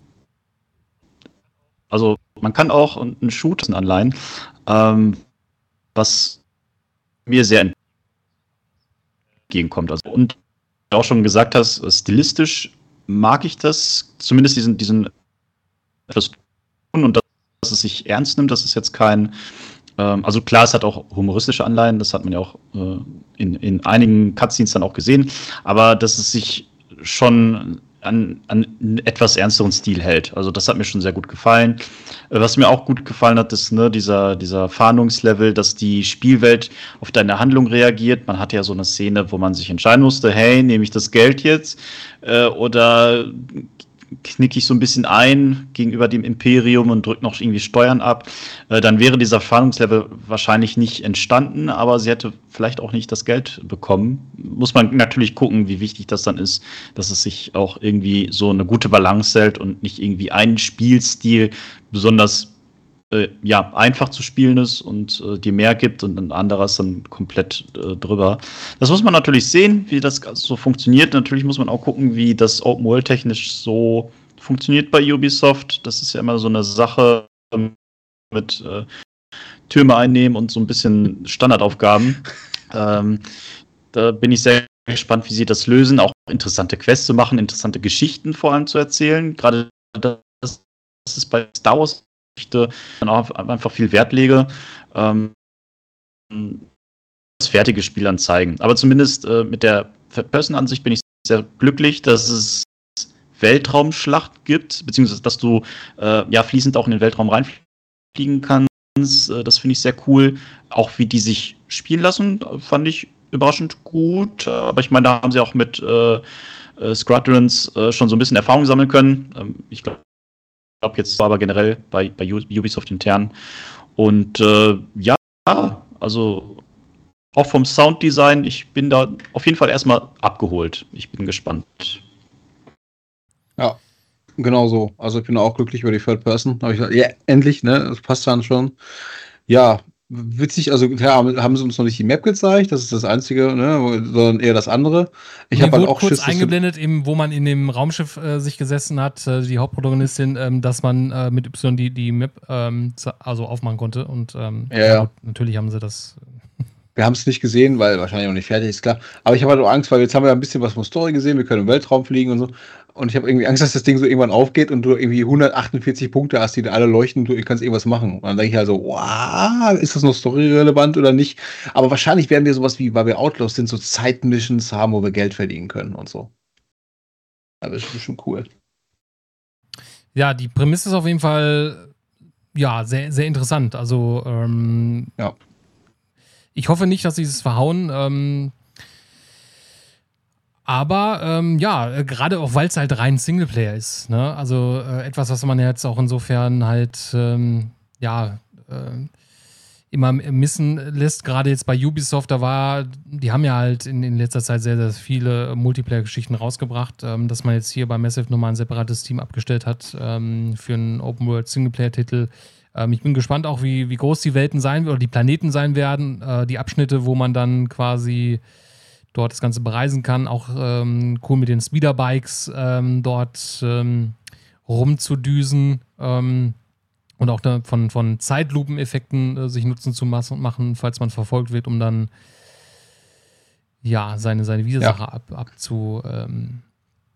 also man kann auch einen Shooter anleihen, ähm, was mir sehr entgegenkommt. Also, und auch schon gesagt hast, stilistisch mag ich das, zumindest diesen, diesen etwas und dass es sich ernst nimmt, dass es jetzt kein, ähm, also klar, es hat auch humoristische Anleihen, das hat man ja auch äh, in, in einigen Cutscenes dann auch gesehen, aber dass es sich schon an, an einen etwas ernsteren Stil hält. Also das hat mir schon sehr gut gefallen. Was mir auch gut gefallen hat, ist ne, dieser, dieser Fahndungslevel, dass die Spielwelt auf deine Handlung reagiert. Man hatte ja so eine Szene, wo man sich entscheiden musste, hey, nehme ich das Geld jetzt äh, oder knicke ich so ein bisschen ein gegenüber dem Imperium und drücke noch irgendwie Steuern ab, äh, dann wäre dieser Fahndungslevel wahrscheinlich nicht entstanden, aber sie hätte vielleicht auch nicht das Geld bekommen. Muss man natürlich gucken, wie wichtig das dann ist, dass es sich auch irgendwie so eine gute Balance hält und nicht irgendwie ein Spielstil besonders äh, ja, einfach zu spielen ist und äh, dir mehr gibt und ein anderer ist dann komplett äh, drüber. Das muss man natürlich sehen, wie das so funktioniert. Natürlich muss man auch gucken, wie das Open World technisch so funktioniert bei Ubisoft. Das ist ja immer so eine Sache mit äh, Türme einnehmen und so ein bisschen Standardaufgaben. ähm, da bin ich sehr gespannt, wie sie das lösen. Auch interessante Quests zu machen, interessante Geschichten vor allem zu erzählen. Gerade das, das ist bei Star Wars dann auch einfach viel Wert lege, ähm, das fertige Spiel dann zeigen. Aber zumindest äh, mit der Third-Person-Ansicht bin ich sehr glücklich, dass es Weltraumschlacht gibt, beziehungsweise dass du äh, ja fließend auch in den Weltraum reinfliegen kannst. Äh, das finde ich sehr cool. Auch wie die sich spielen lassen, fand ich überraschend gut. Aber ich meine, da haben sie auch mit äh, äh, Squadrons äh, schon so ein bisschen Erfahrung sammeln können. Ähm, ich glaube, Ich glaube, jetzt war aber generell bei, bei Ubisoft intern. Und äh, ja, also auch vom Sounddesign, ich bin da auf jeden Fall erstmal abgeholt. Ich bin gespannt. Ja, genau so. Also ich bin auch glücklich über die Third Person. Habe ich gesagt, ja, endlich, ne? Das passt dann schon. Ja, witzig, also klar, haben sie uns noch nicht die Map gezeigt, das ist das Einzige, ne, sondern eher das andere. Ich habe halt auch kurz Schiss, eingeblendet, eben, wo man in dem Raumschiff äh, sich gesessen hat, äh, die Hauptprotagonistin, ähm, dass man äh, mit Y die, die Map ähm, also aufmachen konnte. Und ähm, ja, ja. Gut, natürlich haben sie das. Wir haben es nicht gesehen, weil wahrscheinlich auch nicht fertig ist, klar. Aber ich habe halt auch Angst, weil jetzt haben wir ein bisschen was von Story gesehen, wir können im Weltraum fliegen und so. Und ich habe irgendwie Angst, dass das Ding so irgendwann aufgeht und du irgendwie hundertachtundvierzig Punkte hast, die da alle leuchten und du kannst irgendwas machen. Und dann denke ich halt so, wow, ist das noch storyrelevant oder nicht? Aber wahrscheinlich werden wir sowas wie, weil wir Outlaws sind, so Zeitmissions haben, wo wir Geld verdienen können und so. Aber das ist bestimmt cool. Ja, die Prämisse ist auf jeden Fall ja, sehr, sehr interessant. Also, ähm, ja. Ich hoffe nicht, dass sie es verhauen. Ähm, aber ähm, ja, gerade auch, weil es halt rein Singleplayer ist. Ne? Also äh, etwas, was man jetzt auch insofern halt ähm, ja äh, immer missen lässt. Gerade jetzt bei Ubisoft, da war, die haben ja halt in, in letzter Zeit sehr, sehr viele Multiplayer-Geschichten rausgebracht, ähm, dass man jetzt hier bei Massive nochmal ein separates Team abgestellt hat ähm, für einen Open-World-Singleplayer-Titel. Ich bin gespannt auch, wie, wie groß die Welten sein oder die Planeten sein werden, äh, die Abschnitte, wo man dann quasi dort das Ganze bereisen kann. Auch ähm, cool mit den Speederbikes ähm, dort ähm, rumzudüsen ähm, und auch da von, von Zeitlupeneffekten äh, sich nutzen zu machen, falls man verfolgt wird, um dann ja, seine, seine Widersacher ja. ab, abzuhängen.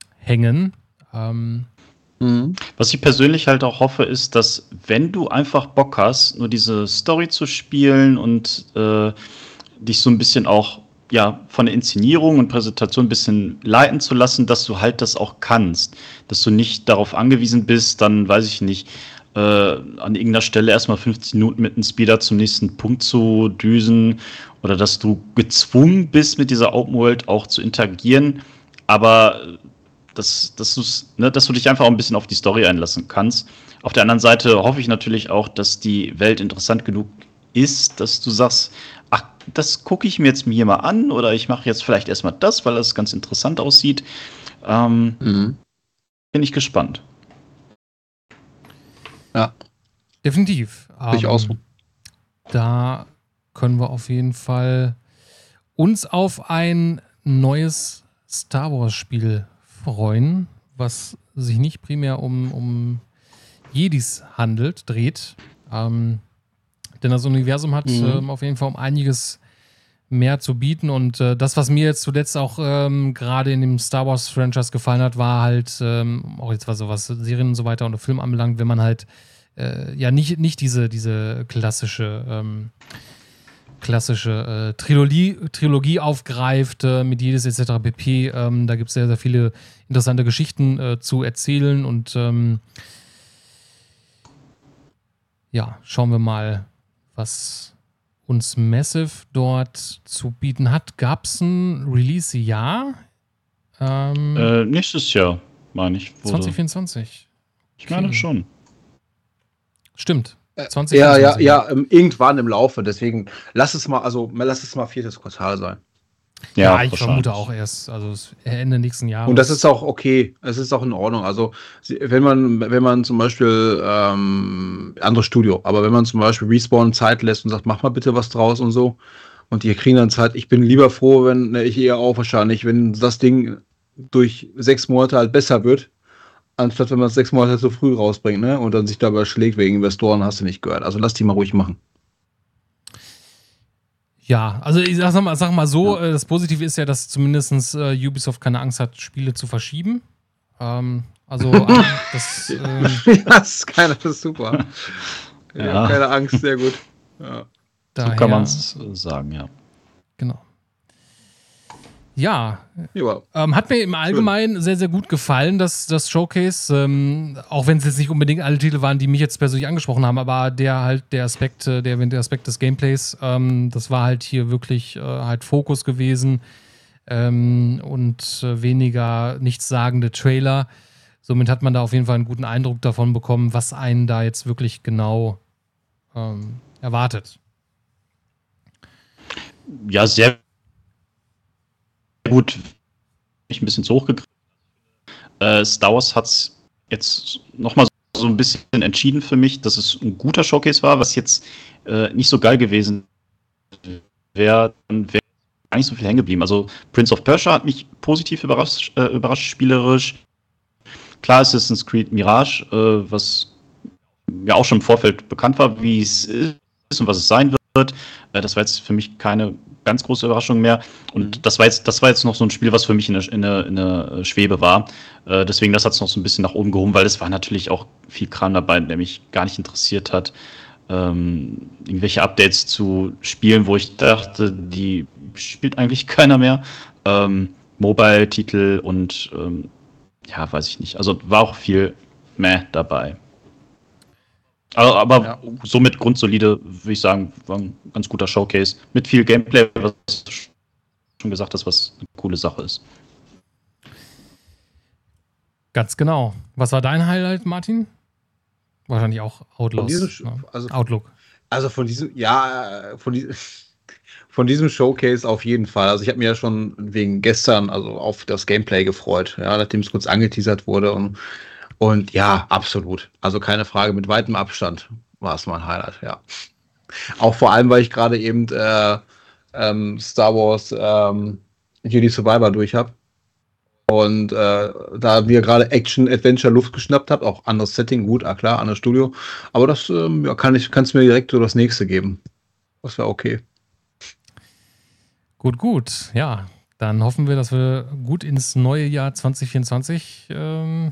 Ähm, Mhm. Was ich persönlich halt auch hoffe, ist, dass wenn du einfach Bock hast, nur diese Story zu spielen und äh, dich so ein bisschen auch ja, von der Inszenierung und Präsentation ein bisschen leiten zu lassen, dass du halt das auch kannst. Dass du nicht darauf angewiesen bist, dann, weiß ich nicht, äh, an irgendeiner Stelle erstmal fünfzig Minuten mit einem Speeder zum nächsten Punkt zu düsen oder dass du gezwungen bist, mit dieser Open World auch zu interagieren, aber Dass, dass, ne, dass du dich einfach auch ein bisschen auf die Story einlassen kannst. Auf der anderen Seite hoffe ich natürlich auch, dass die Welt interessant genug ist, dass du sagst, ach das gucke ich mir jetzt mir mal an oder ich mache jetzt vielleicht erstmal das, weil das ganz interessant aussieht. Ähm, mhm. Bin ich gespannt. Ja. Definitiv. Ich ähm, auch so. Da können wir auf jeden Fall uns auf ein neues Star Wars Spiel freuen, was sich nicht primär um, um Jedis handelt, dreht. Ähm, denn das Universum hat mhm. ähm, auf jeden Fall um einiges mehr zu bieten und äh, das, was mir jetzt zuletzt auch ähm, gerade in dem Star Wars Franchise gefallen hat, war halt, ähm, auch jetzt was so was Serien und so weiter und Film anbelangt, wenn man halt äh, ja nicht, nicht diese, diese klassische ähm, klassische äh, Trilogie, Trilogie aufgreift, äh, mit jedes et cetera pp. Ähm, da gibt es sehr, sehr viele interessante Geschichten äh, zu erzählen und ähm, ja, schauen wir mal, was uns Massive dort zu bieten hat. Gab es ein Release-Jahr? Ähm, äh, nächstes Jahr, meine ich. Wurde. zwanzig vierundzwanzig. Ich meine okay. schon. Stimmt. zwanzig ja, ja, ja, ähm, irgendwann im Laufe. Deswegen lass es mal, also lass es mal viertes Quartal sein. Ja, ja ich vermute auch erst, also Ende nächsten Jahres. Und das ist auch okay, es ist auch in Ordnung. Also wenn man, wenn man zum Beispiel ähm, anderes Studio, aber wenn man zum Beispiel Respawn Zeit lässt und sagt, mach mal bitte was draus und so, und die kriegen dann Zeit, ich bin lieber froh, wenn ne, ich eher auch wahrscheinlich, wenn das Ding durch sechs Monate halt besser wird, anstatt wenn man es sechs Monate zu früh rausbringt, ne? Und dann sich dabei schlägt wegen Investoren, hast du nicht gehört. Also lass die mal ruhig machen. Ja, also ich sag mal, sag mal so, ja. Das Positive ist ja, dass zumindest äh, Ubisoft keine Angst hat, Spiele zu verschieben. Ähm, also äh, das, ähm, ja, das ist, keine, das ist super. Ja. Ja, keine Angst, sehr gut. Ja. So kann man es sagen, ja. Genau. Ja, ja. Ähm, hat mir im Allgemeinen Schön. sehr, sehr gut gefallen, das, das Showcase. Ähm, auch wenn es jetzt nicht unbedingt alle Titel waren, die mich jetzt persönlich angesprochen haben, aber der halt der Aspekt, der, der Aspekt des Gameplays, ähm, das war halt hier wirklich äh, halt Fokus gewesen ähm, und äh, weniger nichtssagende Trailer. Somit hat man da auf jeden Fall einen guten Eindruck davon bekommen, was einen da jetzt wirklich genau ähm, erwartet. Ja, sehr gut, ich ein bisschen zu hoch gegriffen. Äh, Star Wars hat es jetzt nochmal so ein bisschen entschieden für mich, dass es ein guter Showcase war, was jetzt äh, nicht so geil gewesen wäre, dann wäre gar nicht so viel hängen geblieben. Also Prince of Persia hat mich positiv überrascht, äh, überrascht spielerisch. Klar, Assassin's Creed Mirage, äh, was ja auch schon im Vorfeld bekannt war, wie es ist und was es sein wird. Äh, das war jetzt für mich keine ganz große Überraschung mehr. Und mhm. das war jetzt, das war jetzt noch so ein Spiel, was für mich in der, in der, in der Schwebe war. Äh, deswegen, das hat es noch so ein bisschen nach oben gehoben, weil es war natürlich auch viel Kram dabei, der mich gar nicht interessiert hat. Ähm, irgendwelche Updates zu Spielen, wo ich dachte, die spielt eigentlich keiner mehr. Ähm, Mobile-Titel und ähm, ja, weiß ich nicht. Also war auch viel Meh dabei. Aber, aber ja. somit grundsolide, würde ich sagen, war ein ganz guter Showcase. Mit viel Gameplay, was du schon gesagt hast, was eine coole Sache ist. Ganz genau. Was war dein Highlight, Martin? Wahrscheinlich auch Outlaws, diesem, ne? also, Outlook. Also von diesem, ja, von, die, von diesem Showcase auf jeden Fall. Also ich habe mir ja schon wegen gestern also auf das Gameplay gefreut, ja, nachdem es kurz angeteasert wurde und Und ja, absolut. Also keine Frage, mit weitem Abstand war es mein Highlight, ja. Auch vor allem, weil ich gerade eben äh, ähm, Star Wars ähm, Jedi Survivor durch habe. Und äh, da mir gerade Action, Adventure, Luft geschnappt habe, auch anderes Setting, gut, ah, klar, anderes Studio. Aber das ähm, ja, kann ich, kannst du mir direkt so das nächste geben. Das wäre okay. Gut, gut, ja. Dann hoffen wir, dass wir gut ins neue Jahr zwanzig vierundzwanzig ähm,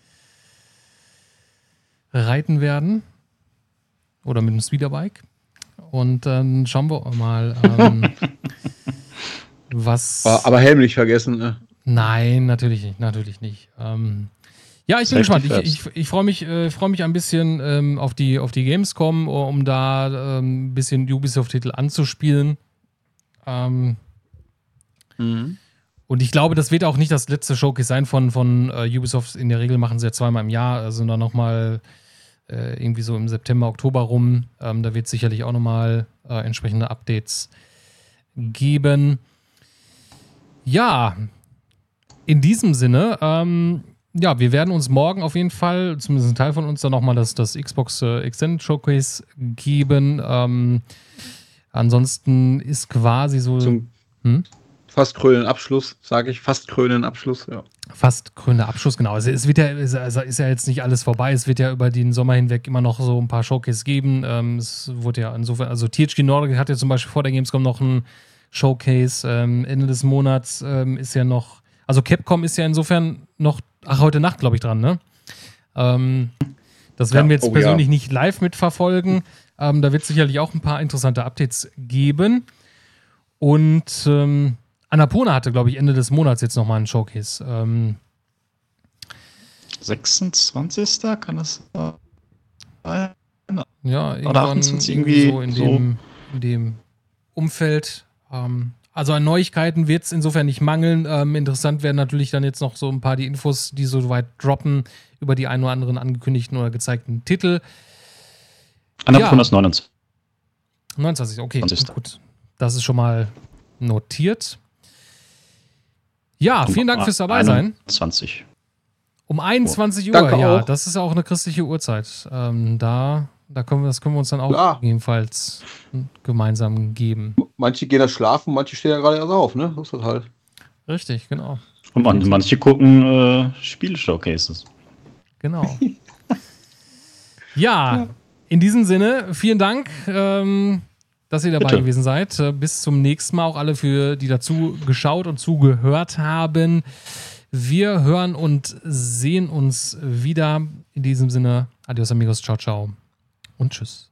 reiten werden oder mit dem Speederbike und dann schauen wir mal, ähm, was... Aber Helm nicht vergessen, ne? Nein, natürlich nicht, natürlich nicht. Ähm, ja, ich bin gespannt. Ich, ich, ich freue mich, äh, freu mich ein bisschen ähm, auf die, auf die Gamescom, um da ähm, ein bisschen Ubisoft-Titel anzuspielen. Ähm, mhm. Und ich glaube, das wird auch nicht das letzte Showcase sein von, von uh, Ubisoft. In der Regel machen sie ja zweimal im Jahr, also dann nochmal äh, irgendwie so im September, Oktober rum. Ähm, da wird sicherlich auch nochmal äh, entsprechende Updates geben. Ja, in diesem Sinne, ähm, ja, wir werden uns morgen auf jeden Fall, zumindest ein Teil von uns, dann nochmal das, das Xbox äh, Extended Showcase geben. Ähm, ansonsten ist quasi so... Zum hm? fast krönenden Abschluss, sage ich. Fast krönenden Abschluss, ja. Fast krönender Abschluss, genau. Also es wird ja, es ist ja jetzt nicht alles vorbei. Es wird ja über den Sommer hinweg immer noch so ein paar Showcase geben. Ähm, es wurde ja insofern, also T H Q Nordic hat ja zum Beispiel vor der Gamescom noch ein Showcase. Ähm, Ende des Monats ähm, ist ja noch, also Capcom ist ja insofern noch, ach, heute Nacht, glaube ich, dran, ne? Ähm, das werden Ja, wir jetzt oh, persönlich ja. nicht live mitverfolgen. Ähm, da wird es sicherlich auch ein paar interessante Updates geben. Und ähm, Annapurna hatte, glaube ich, Ende des Monats jetzt nochmal einen Showcase. Ähm, sechsundzwanzigster kann das sein? ja, irgendwann achtundzwanzig irgendwie so in so. dem, in dem Umfeld. Ähm, also an Neuigkeiten wird es insofern nicht mangeln. Ähm, interessant werden natürlich dann jetzt noch so ein paar die Infos, die so weit droppen über die ein oder anderen angekündigten oder gezeigten Titel. Annapurna Ja. ist neunundzwanzig. neunundzwanzig, okay, zwanzigster gut. Das ist schon mal notiert. Ja, vielen Dank fürs dabei sein. einundzwanzig. Um einundzwanzig Uhr, Danke ja, auch. das ist auch eine christliche Uhrzeit. Ähm, da, da können wir, das können wir uns dann auch Klar. jedenfalls gemeinsam geben. Manche gehen da schlafen, manche stehen ja gerade erst auf, ne? So ist das halt. Richtig, genau. Und man, manche gucken äh, Spiele-Showcases. Genau. Ja, in diesem Sinne, vielen Dank, ähm, dass ihr dabei Bitte. gewesen seid. Äh, Bis zum nächsten Mal, auch alle, für die dazu geschaut und zugehört haben. Wir hören und sehen uns wieder. In diesem Sinne, adios amigos, ciao, ciao und tschüss.